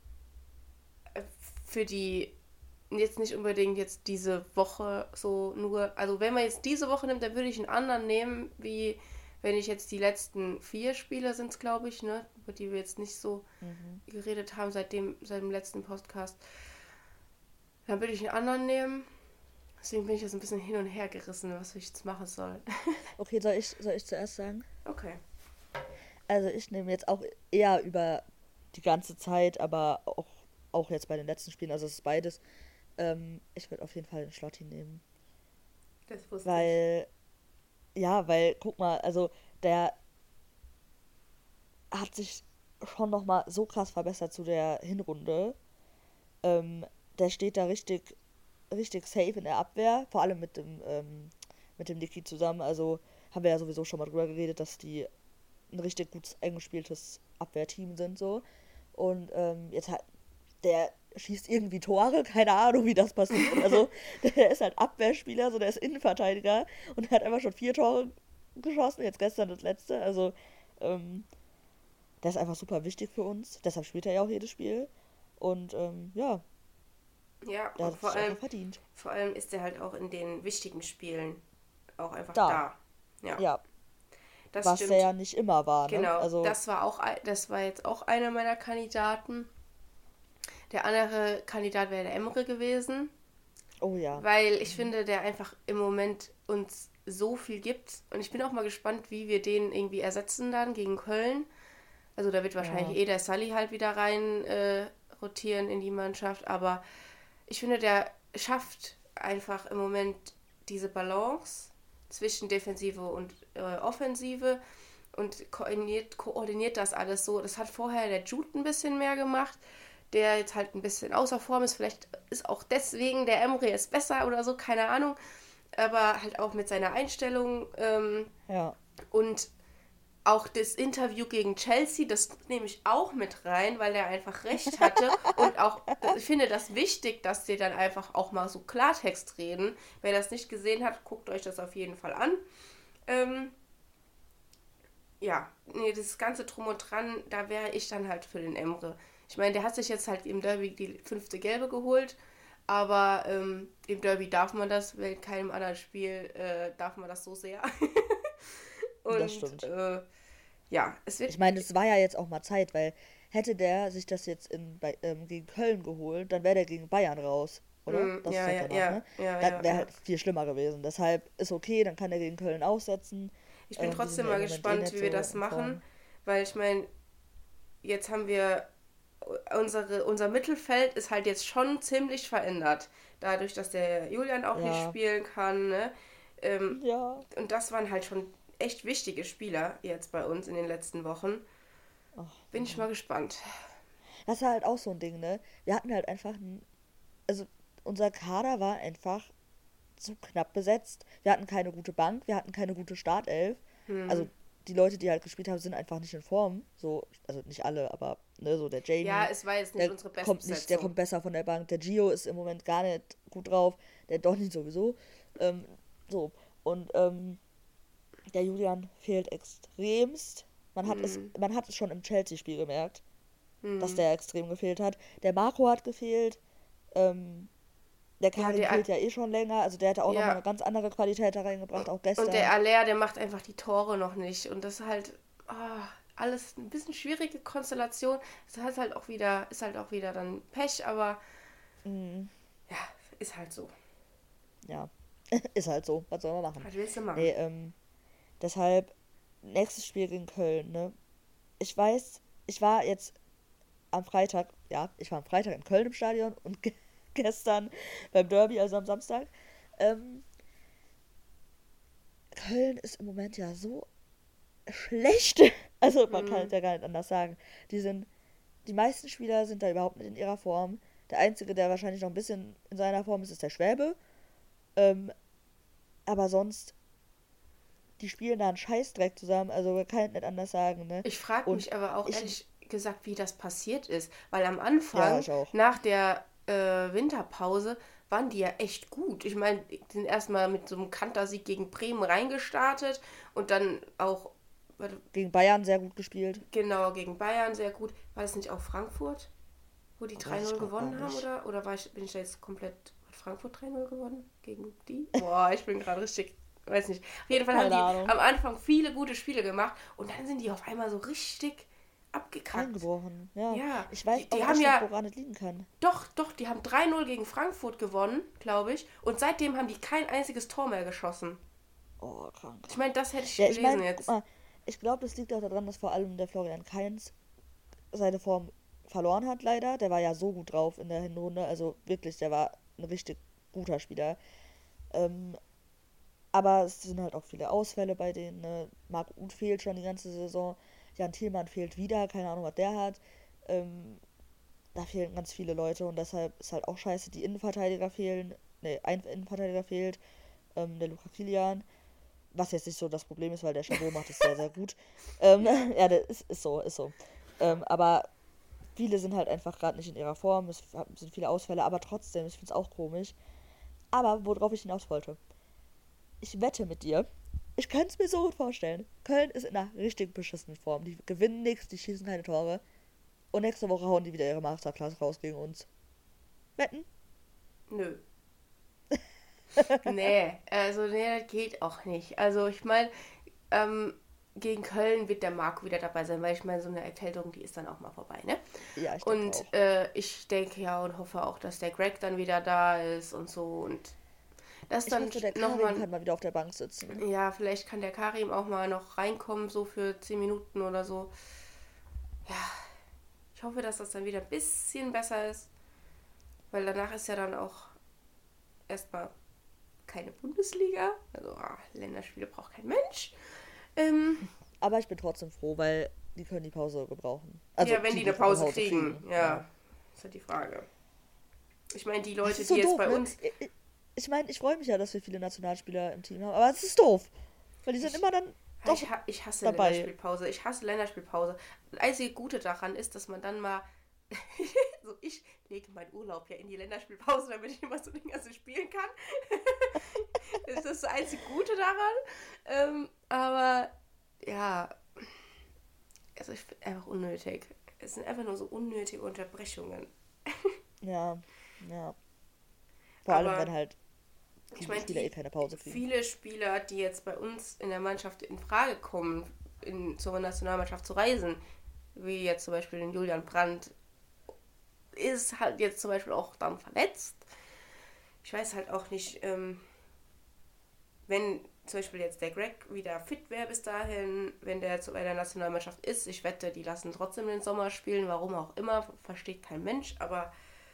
für die jetzt nicht unbedingt jetzt diese Woche so nur, also wenn man jetzt diese Woche nimmt, dann würde ich einen anderen nehmen, wie wenn ich jetzt die letzten 4 Spiele sind es, glaube ich, ne, über die wir jetzt nicht so geredet haben seit dem letzten Podcast. Dann würde ich einen anderen nehmen. Deswegen bin ich jetzt ein bisschen hin und her gerissen, was ich jetzt machen soll. Okay, soll ich zuerst sagen? Okay. Also ich nehme jetzt auch eher über die ganze Zeit, aber auch jetzt bei den letzten Spielen, also es ist beides. Ich würde auf jeden Fall den Schlotti nehmen. Das wusste ich. Weil, guck mal, also der hat sich schon nochmal so krass verbessert zu der Hinrunde. Der steht da richtig, richtig safe in der Abwehr, vor allem mit dem Niki zusammen. Also haben wir ja sowieso schon mal drüber geredet, dass die ein richtig gut eingespieltes Abwehrteam sind so. Und jetzt hat der schießt irgendwie Tore, keine Ahnung, wie das passiert. Also der ist halt Abwehrspieler, so der ist Innenverteidiger und der hat einfach schon 4 Tore geschossen, jetzt gestern das letzte. Also der ist einfach super wichtig für uns. Deshalb spielt er ja auch jedes Spiel. Und ja, Ja, der und hat sich einfach verdient. vor allem ist er halt auch in den wichtigen Spielen auch einfach Da, da. Ja, ja, das was der stimmt. ja nicht immer war, ne? Genau, Also, das war jetzt auch einer meiner Kandidaten. Der andere Kandidat wäre der Emre gewesen, oh ja. weil ich finde, der einfach im Moment uns so viel gibt. Und ich bin auch mal gespannt, wie wir den irgendwie ersetzen dann gegen Köln. Also da wird wahrscheinlich Ja, der Sully halt wieder rein rotieren in die Mannschaft. Aber ich finde, der schafft einfach im Moment diese Balance zwischen Defensive und Offensive und koordiniert das alles so. Das hat vorher der Jude ein bisschen mehr gemacht, der jetzt halt ein bisschen außer Form ist. Vielleicht ist auch deswegen der Emre jetzt besser oder so, keine Ahnung. Aber halt auch mit seiner Einstellung ja, und auch das Interview gegen Chelsea, das nehme ich auch mit rein, weil er einfach recht hatte. Und auch, ich finde das wichtig, dass die dann einfach auch mal so Klartext reden. Wer das nicht gesehen hat, guckt euch das auf jeden Fall an. Ja, nee, das ganze Drum und Dran, da wäre ich dann halt für den Emre. Ich meine, der hat sich jetzt halt im Derby die 5. Gelbe geholt, aber im Derby darf man das, weil in keinem anderen Spiel darf man das so sehr. das Und stimmt. ja, es wird. Ich meine, es war ja jetzt auch mal Zeit, weil hätte der sich das jetzt gegen Köln geholt, dann wäre der gegen Bayern raus, oder? Das ist Ja, halt ja, danach, ja, ne? ja, Das ja, wäre ja. halt viel schlimmer gewesen. Deshalb ist okay, dann kann er gegen Köln aussetzen. Ich bin Die sind trotzdem ja mal im Moment eh gespannt, nicht wie wir so das in machen, Form. weil ich meine, jetzt haben wir unser Mittelfeld ist halt jetzt schon ziemlich verändert. Dadurch, dass der Julian auch nicht Ja, spielen kann, ne? Ähm, ja. und das waren halt schon echt wichtige Spieler jetzt bei uns in den letzten Wochen. Ach, Bin ich mal gespannt. das war halt auch so ein Ding, ne? Wir hatten halt einfach also unser Kader war einfach zu knapp besetzt. Wir hatten keine gute Bank, wir hatten keine gute Startelf. Also die Leute, die halt gespielt haben, sind einfach nicht in Form. So, also nicht alle, aber ne, so der Ja, Jamie, es war jetzt nicht der unsere der Bestbesetzung. kommt besser von der Bank. Der Gio ist im Moment gar nicht gut drauf. Der Donny sowieso. Ähm, so. Und der Julian fehlt extremst. Man hat es schon im Chelsea-Spiel gemerkt, dass der extrem gefehlt hat. Der Marco hat gefehlt. Ähm, der Ja, Karim fehlt ja eh schon länger. Also der hätte auch nochmal ja, eine ganz andere Qualität da reingebracht, auch und der gestern. Aller, der macht einfach die Tore noch nicht. Und das ist halt alles ein bisschen schwierige Konstellation. Das ist halt auch wieder dann Pech, aber Mhm. ja, ist halt so. Ja, ist halt so. Was soll man machen? Was willst du machen? Nee, deshalb, nächstes Spiel gegen Köln, ne? Ich weiß, ich war jetzt am Freitag, ja, ich war am Freitag in Köln im Stadion und gestern beim Derby, also am Samstag. Ähm, Köln ist im Moment ja so schlecht. Also man kann es ja gar nicht anders sagen. Die meisten Spieler sind da überhaupt nicht in ihrer Form. Der Einzige, der wahrscheinlich noch ein bisschen in seiner Form ist, ist der Schwäbe. Ähm, aber sonst, die spielen da einen Scheißdreck zusammen. Also man kann es nicht anders sagen, ne? Ich frage Und mich aber auch ich, ehrlich gesagt, wie das passiert ist. Weil am ja, Anfang, ich auch. nach der Winterpause, waren die ja echt gut. Ich meine, die sind erstmal mit so einem Kantersieg gegen Bremen reingestartet und dann auch, Gegen Bayern sehr gut gespielt. genau, gegen Bayern sehr gut. War das nicht auch Frankfurt, wo die Weiß ich 3-0 grad gar gewonnen haben? nicht. Oder bin ich da jetzt komplett... Hat Frankfurt 3-0 gewonnen gegen die? Boah, ich bin gerade richtig... Weiß nicht. Auf jeden Fall haben Keine die Ahnung. am Anfang viele gute Spiele gemacht und dann sind die auf einmal so richtig abgekackt. Eingebrochen, ja. Ja, Ich weiß die auch haben echt ja... nicht, woran es liegen kann. Doch, die haben 3-0 gegen Frankfurt gewonnen, glaube ich. Und seitdem haben die kein einziges Tor mehr geschossen. Oh, krank. Ich meine, das hätte ich Ja, gelesen ich meine, jetzt. guck mal, ich glaube, das liegt auch daran, dass vor allem der Florian Kainz seine Form verloren hat, leider. Der war ja so gut drauf in der Hinrunde. Also wirklich, der war ein richtig guter Spieler. Ähm, aber es sind halt auch viele Ausfälle bei denen. Ne? Marc Uth fehlt schon die ganze Saison. Jan Thielmann fehlt wieder. Keine Ahnung, was der hat. Ähm, Da fehlen ganz viele Leute und deshalb ist halt auch scheiße. Die Innenverteidiger fehlen. Ne, ein Innenverteidiger fehlt. Der Luca Kilian. Was jetzt nicht so das Problem ist, weil der Chabot macht es sehr, sehr gut. Ja, das ist so, ist so. Aber viele sind halt einfach gerade nicht in ihrer Form. Es sind viele Ausfälle, aber trotzdem, ich finde es auch komisch. Aber worauf ich hinaus wollte. Ich wette mit dir. Ich kann es mir so gut vorstellen. Köln ist in einer richtig beschissenen Form. Die gewinnen nichts, die schießen keine Tore. Und nächste Woche hauen die wieder ihre Masterclass raus gegen uns. Wetten? Nö. Nee, das geht auch nicht. Also ich meine, gegen Köln wird der Marco wieder dabei sein, weil ich meine, so eine Erkältung, die ist dann auch mal vorbei, ne? Ja, ich denke Und auch. ich denke ja und hoffe auch, dass der Greg dann wieder da ist und so und das Ich dann hoffe, der Karim nochmal, kann mal wieder auf der Bank sitzen. ja, vielleicht kann der Karim auch mal noch reinkommen, so für 10 Minuten oder so. Ja, ich hoffe, dass das dann wieder ein bisschen besser ist, weil danach ist ja dann auch erstmal keine Bundesliga. Also Länderspiele braucht kein Mensch. Aber ich bin trotzdem froh, weil die können die Pause gebrauchen. Also, Ja, wenn die eine eine Pause kriegen. Ja, Ja. ist halt die Frage. Ich meine, die Das Leute, ist so die jetzt doof, bei ne? uns... Ich meine, ich freue mich ja, dass wir viele Nationalspieler im Team haben, aber es ist doof. Weil die sind immer dann doch Ich hasse dabei. Länderspielpause. Ich hasse Länderspielpause. Das einzige Gute daran ist, dass man dann mal... so, ich lege meinen Urlaub ja in die Länderspielpause, damit ich immer so Dinge so spielen kann. Das ist das einzige Gute daran. Aber ja, also ich finde einfach unnötig. Es sind einfach nur so unnötige Unterbrechungen. Ja, ja. Vor allem, Aber wenn halt ich die meine, Spieler eh keine Pause kriegen. viele Spieler, die jetzt bei uns in der Mannschaft in Frage kommen, zur Nationalmannschaft zu reisen, wie jetzt zum Beispiel den Julian Brandt, ist halt jetzt zum Beispiel auch dann verletzt. Ich weiß halt auch nicht, wenn zum Beispiel jetzt der Greg wieder fit wäre bis dahin, wenn der jetzt bei der Nationalmannschaft ist, ich wette, die lassen trotzdem den Sommer spielen, warum auch immer, versteht kein Mensch, aber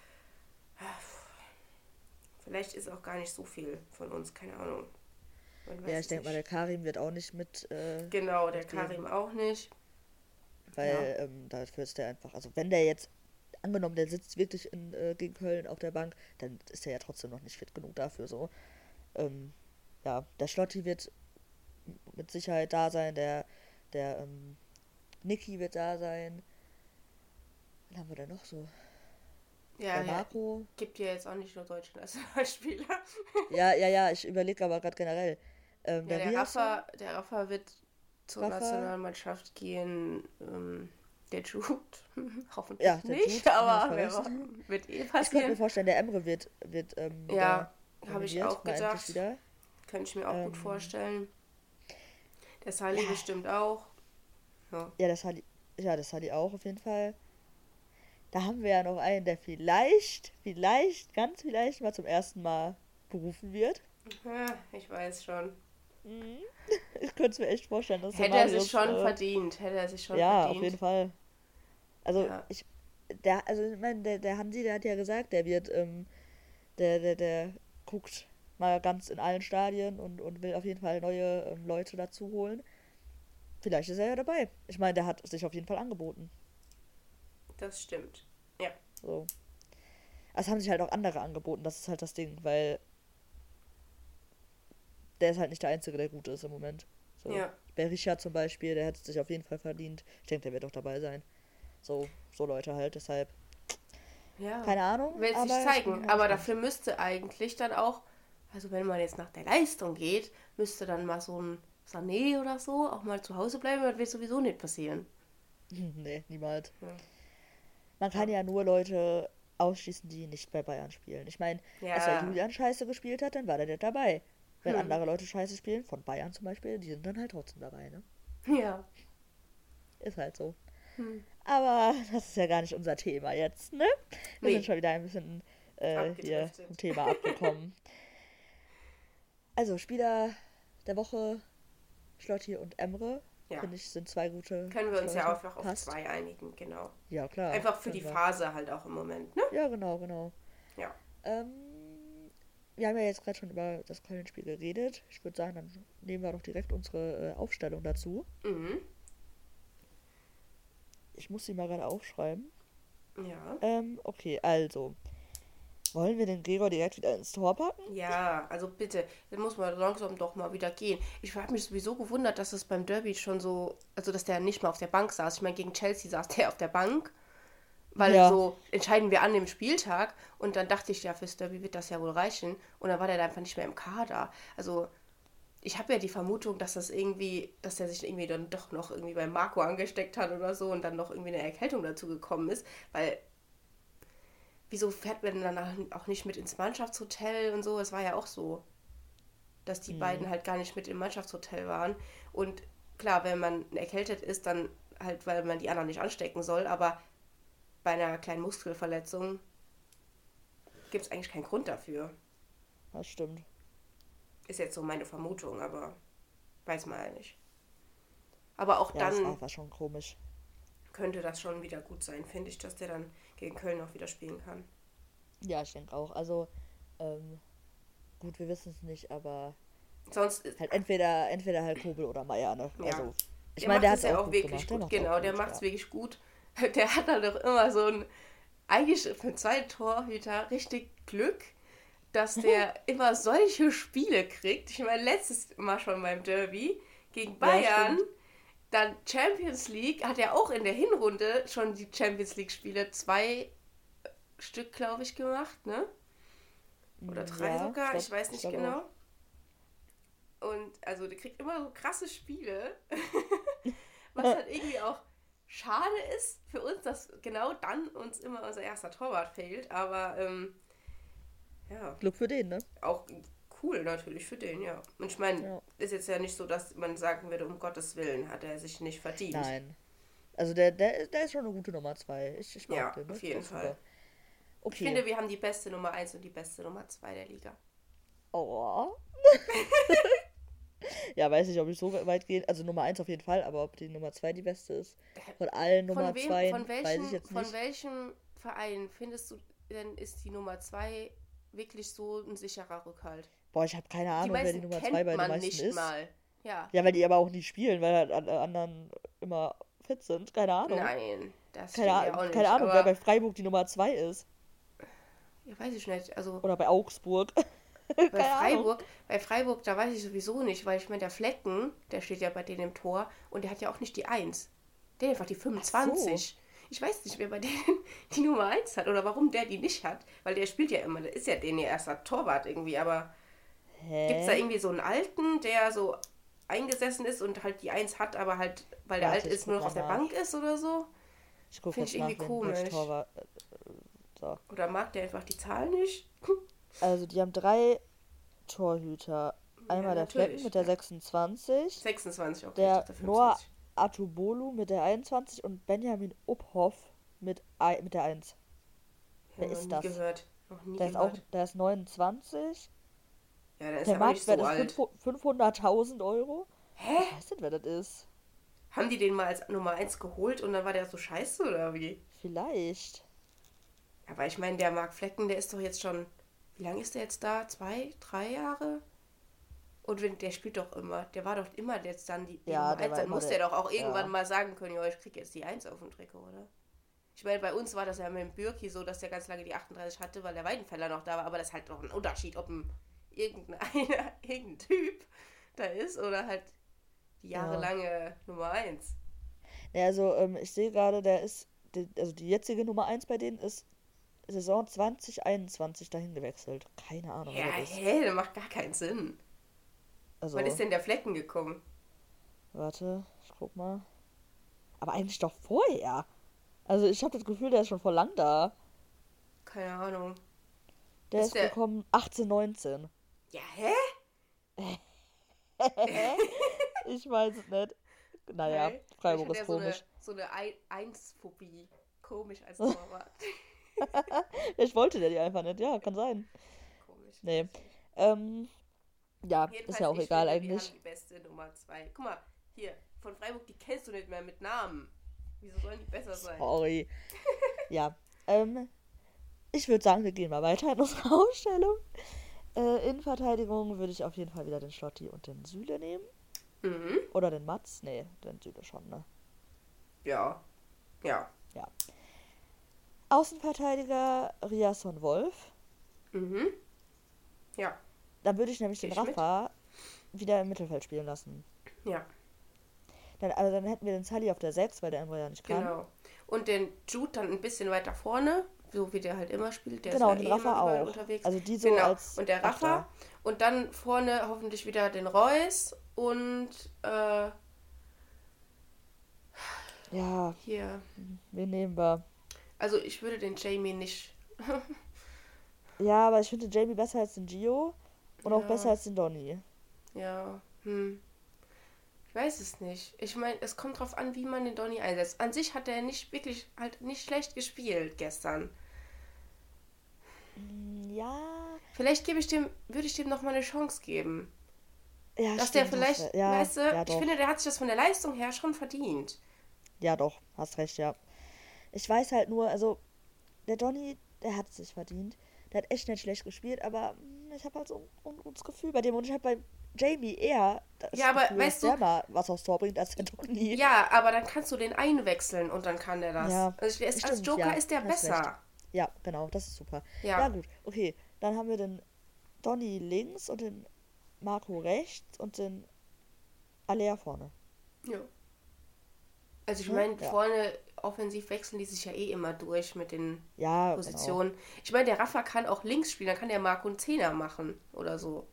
vielleicht ist auch gar nicht so viel von uns, keine Ahnung. Man weiß Ja, es ich denke mal, nicht. der Karim wird auch nicht mit. Genau, der mitgehen, Karim auch nicht. Weil dafür ist der einfach. Also, wenn der jetzt. Angenommen, der sitzt wirklich gegen Köln auf der Bank, dann ist der ja trotzdem noch nicht fit genug dafür so. Ähm, ja, der Schlotti wird mit Sicherheit da sein, der Niki wird da sein. Wen haben wir denn noch so? Ja, Der ja, Marco. gibt ja jetzt auch nicht nur deutsche Nationalspieler. Ja, ich überlege aber gerade generell. Ja, Der der Riasson, Rafa wird zur Rafa, Nationalmannschaft gehen. Der Jude hoffentlich ja, der nicht, Jude, aber hast du recht. wird eh Ich könnte mir passieren. vorstellen, der Emre wird Ja, wieder habe ich nominiert, auch mal endlich gedacht. wieder. Könnte ich mir auch gut Ähm, vorstellen. Der Sali ja, bestimmt auch. Ja. ja, das hat die auch auf jeden Fall. Da haben wir ja noch einen, der vielleicht, ganz vielleicht mal zum ersten Mal berufen wird. Ja, ich weiß schon. Mhm. Ich könnte es mir echt vorstellen, dass der Hätte er sich Marius, schon verdient. Hätte er sich schon ja, auf jeden verdient. Fall. Also, Ja. ich meine, der Hansi, der hat ja gesagt, der wird, der guckt mal ganz in allen Stadien und will auf jeden Fall neue Leute dazu holen. Vielleicht ist er ja dabei. Ich meine, der hat sich auf jeden Fall angeboten. Das stimmt. Ja. So. Es haben sich halt auch andere angeboten, das ist halt das Ding, weil der ist halt nicht der Einzige, der gut ist im Moment. So. Ja. Berisha zum Beispiel, der hätte es sich auf jeden Fall verdient. Ich denke, der wird auch dabei sein. So Leute halt, deshalb. Ja. Keine Ahnung. Will es aber sich ich zeigen. bin Aber gespannt. dafür müsste eigentlich dann auch, also wenn man jetzt nach der Leistung geht, müsste dann mal so ein Sané oder so auch mal zu Hause bleiben, das wird sowieso nicht passieren. Nee, niemals. Ja. Man kann ja nur Leute ausschließen, die nicht bei Bayern spielen. Ich meine, als der Ja. Julian scheiße gespielt hat, dann war der nicht dabei. Wenn Hm. andere Leute scheiße spielen, von Bayern zum Beispiel, die sind dann halt trotzdem dabei, ne? Ja. Ist halt so. Hm. Aber das ist ja gar nicht unser Thema jetzt, ne? Wir Nee. sind schon wieder ein bisschen hier Abgedriftet. vom Thema abgekommen. Also, Spieler der Woche, Schlotti und Emre, Ja. finde ich, sind zwei gute Können wir uns ja Leute. einfach auf Passt. 2 einigen, genau. Ja, klar. Einfach für können die wir. Phase halt auch im Moment, ne? Ja, genau. Ja. Wir haben ja jetzt gerade schon über das Köln-Spiel geredet. Ich würde sagen, dann nehmen wir doch direkt unsere Aufstellung dazu. Mhm. Ich muss sie mal gerade aufschreiben. Ja. Okay, also. Wollen wir den Gregor direkt wieder ins Tor packen? Ja, also bitte, dann muss man langsam doch mal wieder gehen. Ich habe mich sowieso gewundert, dass es beim Derby schon so, also dass der nicht mal auf der Bank saß. Ich meine, gegen Chelsea saß der auf der Bank, weil Ja. so entscheiden wir an dem Spieltag und dann dachte ich, ja, fürs Derby wird das ja wohl reichen und dann war der da einfach nicht mehr im Kader. Also ich habe ja die Vermutung, dass das irgendwie, dass der sich irgendwie dann doch noch irgendwie bei Marco angesteckt hat oder so und dann noch irgendwie eine Erkältung dazu gekommen ist, weil wieso fährt man dann auch nicht mit ins Mannschaftshotel und so? Es war ja auch so, dass die beiden halt gar nicht mit im Mannschaftshotel waren. Und klar, wenn man erkältet ist, dann halt, weil man die anderen nicht anstecken soll, aber bei einer kleinen Muskelverletzung gibt es eigentlich keinen Grund dafür. Das stimmt. Ist jetzt so meine Vermutung, aber weiß man ja nicht. Aber auch Ja, dann war schon komisch. könnte das schon wieder gut sein, finde ich, dass der dann gegen Köln auch wieder spielen kann. Ja, ich denke auch. Also, gut, wir wissen es nicht, aber Sonst ist, halt entweder halt Kobel oder Meier, ne? Ja. Also, ich der meine, der macht hat es es ja auch auch gut wirklich gemacht. gut. Genau, der macht es ja. wirklich gut. Der hat dann doch immer so ein, eigentlich für 2 Torhüter richtig Glück, dass der immer solche Spiele kriegt. Ich meine, letztes Mal schon beim Derby gegen Bayern, stimmt. dann Champions League, hat er auch in der Hinrunde schon die Champions League Spiele 2 Stück, glaube ich, gemacht, ne? Oder 3 Ja, sogar, ich weiß nicht glaub genau. Und also der kriegt immer so krasse Spiele, was halt irgendwie auch schade ist für uns, dass genau dann uns immer unser erster Torwart fehlt, aber ja, Glück für den, ne? auch cool natürlich für den, ja. Und ich meine, Ja. ist jetzt ja nicht so, dass man sagen würde, um Gottes Willen hat er sich nicht verdient. Nein. Also, der ist schon eine gute Nummer 2. Ich mag Ja, den, ne? auf jeden Der ist super. Fall. Okay. Ich finde, wir haben die beste Nummer 1 und die beste Nummer 2 der Liga. Oh. Ja, weiß nicht, ob ich so weit gehe. Also Nummer 1 auf jeden Fall, aber ob die Nummer 2 die beste ist. Von allen Nummer 2 weiß ich jetzt nicht. Von welchem Verein findest du denn, ist die Nummer 2 wirklich so ein sicherer Rückhalt? Boah, ich habe keine Die Ahnung, wer die meisten Nummer 2 kennt bei den man meisten nicht ist. mal. Ja. Ja, weil die aber auch nie spielen, weil halt alle anderen immer fit sind. Keine Ahnung. Nein, das Keine, stimmt ja auch nicht. keine Ahnung, aber, wer bei Freiburg die Nummer 2 ist. ja, weiß ich nicht. Also Oder bei Augsburg. bei Freiburg, da weiß ich sowieso nicht, weil ich meine, der Flecken, der steht ja bei denen im Tor und der hat ja auch nicht die 1. Der hat einfach die 25. Ich weiß nicht, wer bei denen die Nummer 1 hat oder warum der die nicht hat, weil der spielt ja immer, der ist ja denen ihr erster Torwart irgendwie, aber gibt es da irgendwie so einen Alten, der so eingesessen ist und halt die 1 hat, aber halt, weil der Warte, alt ich ist, nur noch guck auf der mal nach. Bank ist oder so? Ich gucke Find jetzt ich nach, irgendwie welch komisch. Torwart. So. Oder mag der einfach die Zahl nicht? Also, die haben 3 Torhüter. Einmal der natürlich, Flecken mit der 26. 26, okay, Der ich dachte Noah 25. Atubolu mit der 21 und Benjamin Uphoff mit der 1. Wer Ja, ist noch nie das? gehört. Noch nie Der ist, gehört. der ist 29. Ja, der ist Der ja auch nicht so Marktwert ist alt. 500.000 Euro. Hä? Ich weiß nicht, wer das ist. Haben die den mal als Nummer 1 geholt und dann war der so scheiße oder wie? Vielleicht. Aber ich meine, der Marc Flecken, der ist doch jetzt schon. Wie lange ist der jetzt da? 2, 3 Jahre? Und der spielt doch immer. Der war doch immer jetzt dann die Ja, Nummer der 1. war Dann immer muss der- der doch auch irgendwann ja. mal sagen können, ja, ich krieg jetzt die 1 auf dem Trikot, oder? Ich meine, bei uns war das ja mit dem Bürki so, dass der ganz lange die 38 hatte, weil der Weidenfeller noch da war. Aber das ist halt doch ein Unterschied, ob irgendein Typ da ist oder halt die jahrelange Nummer 1. Ja, also ich sehe gerade, also die jetzige Nummer 1 bei denen ist Saison 2021 dahin gewechselt. Keine Ahnung, Ja, wer das ist. das macht gar keinen Sinn. Also, Wann ist denn der Flecken gekommen? warte, ich guck mal. Aber eigentlich doch vorher. Also, ich habe das Gefühl, der ist schon vor lang da. Keine Ahnung. Der Ist ist der- gekommen 18, 19. Ja, hä? Ich weiß es nicht. Naja, Okay. Freiburg Vielleicht ist hat er komisch. so eine Einsphobie. Komisch als Torwart. Ich wollte der die einfach nicht. Ja, kann sein. Komisch. Nee. weiß nicht. Ja, Jedenfalls, ist ja auch ich egal finde, wir eigentlich. haben die beste Nummer 2. Guck mal, hier, von Freiburg, die kennst du nicht mehr mit Namen. Wieso sollen die besser sein? Sorry. Ja, ich würde sagen, wir gehen mal weiter in unserer Ausstellung. In Verteidigung würde ich auf jeden Fall wieder den Schlotti und den Süle nehmen. Mhm. Oder den Mats. Nee, den Süle schon, ne? Ja. Ja. Ja. Außenverteidiger Riasson Wolf. Mhm. Ja. Dann würde ich nämlich Geh den ich mit? Rafa wieder im Mittelfeld spielen lassen. Ja. Dann hätten wir den Sully auf der 6, weil der andere ja nicht kann. Genau. Und den Jude dann ein bisschen weiter vorne, so wie der halt immer spielt. Der Genau, ist und ja den Rafa immer überall auch. unterwegs. Also die so genau. als Und der Rafa. Achter. Und dann vorne hoffentlich wieder den Reus und Ja, hier. wen nehmen wir? Also ich würde den Jamie nicht. Ja, aber ich finde den Jamie besser als den Gio und auch Ja. besser als den Donny. Ja. Ich weiß es nicht. Ich meine, es kommt drauf an, wie man den Donny einsetzt. An sich hat er nicht wirklich halt nicht schlecht gespielt gestern. Ja, Vielleicht würde ich dem noch mal eine Chance geben. ja, Dass der stimmt, hast vielleicht, re- ja, weißt du, ja, ich doch. finde, der hat sich das von der Leistung her schon verdient. Ja, doch, hast recht, ja. Ich weiß halt nur, also, der Donny, der hat es sich verdient. Der hat echt nicht schlecht gespielt, aber ich habe halt so ein ungutes Gefühl bei dem. Und ich habe bei Jamie eher das Ja, aber Gefühl, dass weißt du- der mal was aufs Tor bringt als der Donny. Ja, aber dann kannst du den einwechseln und dann kann der das. Ja, Also als stimmt, Joker ja, ist der hast besser. recht. Ja, genau, das ist super. Ja. Ja, gut, okay. Dann haben wir den Donny links und den Marco rechts und den Alea vorne. Ja. Also ich Ne? meine, Ja. vorne offensiv wechseln die sich ja eh immer durch mit den Ja, Positionen. Ich meine, der Rafa kann auch links spielen, dann kann der Marco einen Zehner machen oder so.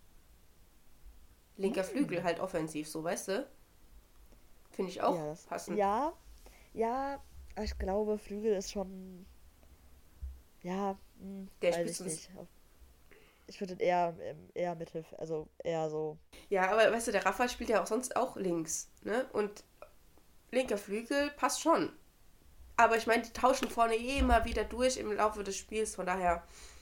Linker Flügel halt offensiv, so, weißt du? Finde ich auch Ja, passend. ja, aber ich glaube, Flügel ist schon. Ja, Der weiß spielt ich sonst- nicht. Ich würde eher Mitte, also eher so. Ja, aber weißt du, der Rafa spielt ja auch sonst auch links, ne? Und linker Flügel passt schon. Aber ich meine, die tauschen vorne eh immer wieder durch im Laufe des Spiels, von daher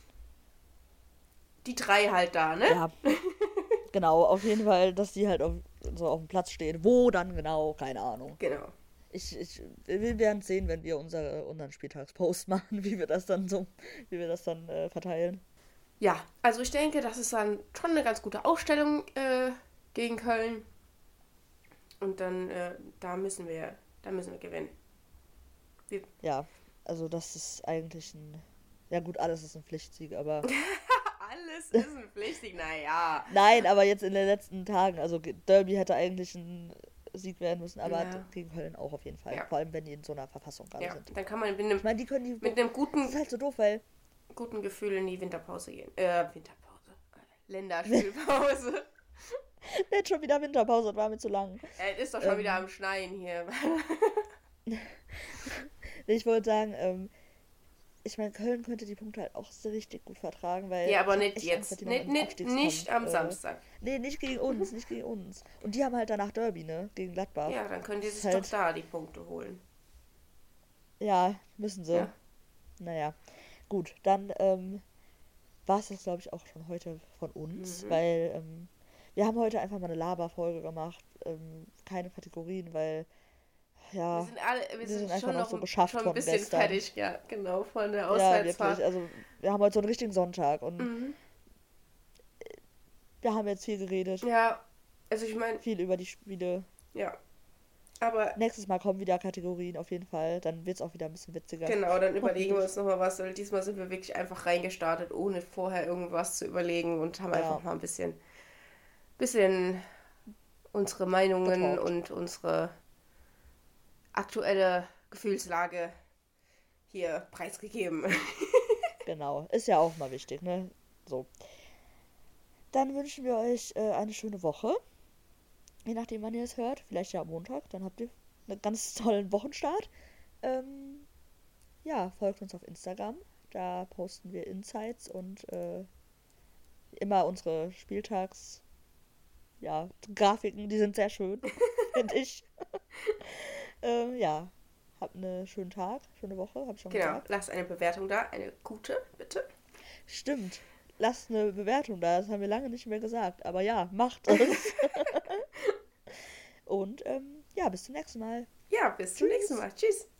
die drei halt da, ne? Ja, genau, auf jeden Fall, dass die halt so auf dem Platz stehen. Wo dann genau, keine Ahnung. Genau. Wir werden sehen, wenn wir unseren Spieltagspost machen, wie wir das dann verteilen. Ja, also ich denke, das ist dann schon eine ganz gute Aufstellung gegen Köln. Und dann, da müssen wir gewinnen. Ja, also das ist eigentlich ja gut, alles ist ein Pflichtsieg, aber Alles ist ein Pflichtig, naja. nein, aber jetzt in den letzten Tagen, also Derby hätte eigentlich ein Sieg werden müssen, aber Ja. gegen Köln auch auf jeden Fall. Ja. Vor allem, wenn die in so einer Verfassung gerade Ja, sind. dann kann man Ich meine, die können die. mit einem Das ist halt so doof, weil. guten Gefühl in die Winterpause gehen. Winterpause. Länderspielpause. Jetzt schon wieder Winterpause, das war mir zu lang. Es ist doch schon wieder am Schneien hier. Nee, ich wollte sagen, ich meine, Köln könnte die Punkte halt auch so richtig gut vertragen, weil. Ja, aber ich hab nicht echt jetzt. Angst, dass die noch in den Nicht Abstiegskampf, am Samstag. Nee, nicht gegen uns, nicht gegen uns. Und die haben halt danach Derby, ne? Gegen Gladbach. Ja, dann können die Das sich ist halt- doch da die Punkte holen. Ja, müssen sie. Ja. Naja, gut, dann war es das, glaube ich, auch schon heute von uns, weil wir haben heute einfach mal eine Laberfolge gemacht, keine Kategorien, weil, ja, Wir sind sind einfach schon noch noch so geschafft schon ein von bisschen gestern. fertig, ja, genau, von der ja, Auswärtsfahrt. wirklich, also wir haben heute so einen richtigen Sonntag und Mhm. wir haben jetzt viel geredet, Ja, also ich meine, viel über die Spiele. ja. Aber Nächstes Mal kommen wieder Kategorien auf jeden Fall, dann wird es auch wieder ein bisschen witziger. genau, dann überlegen wir Hoffentlich. uns nochmal was. Weil diesmal sind wir wirklich einfach reingestartet, ohne vorher irgendwas zu überlegen und haben Ja. einfach mal ein bisschen unsere Meinungen Getalkt. und unsere aktuelle Gefühlslage hier preisgegeben. Genau, ist ja auch mal wichtig, ne? So. Dann wünschen wir euch eine schöne Woche. Je nachdem, wann ihr es hört. Vielleicht ja am Montag. Dann habt ihr einen ganz tollen Wochenstart. Ja, folgt uns auf Instagram. Da posten wir Insights und immer unsere Spieltags, ja, Grafiken. Die sind sehr schön, finde ich. Ja, habt einen schönen Tag, schöne Woche, habe ich schon Genau, gesagt. lasst eine Bewertung da, eine gute, bitte. Stimmt. Lasst eine Bewertung da, das haben wir lange nicht mehr gesagt. Aber ja, macht es. Und ja, bis zum nächsten Mal. Ja, bis zum nächsten Mal. Tschüss.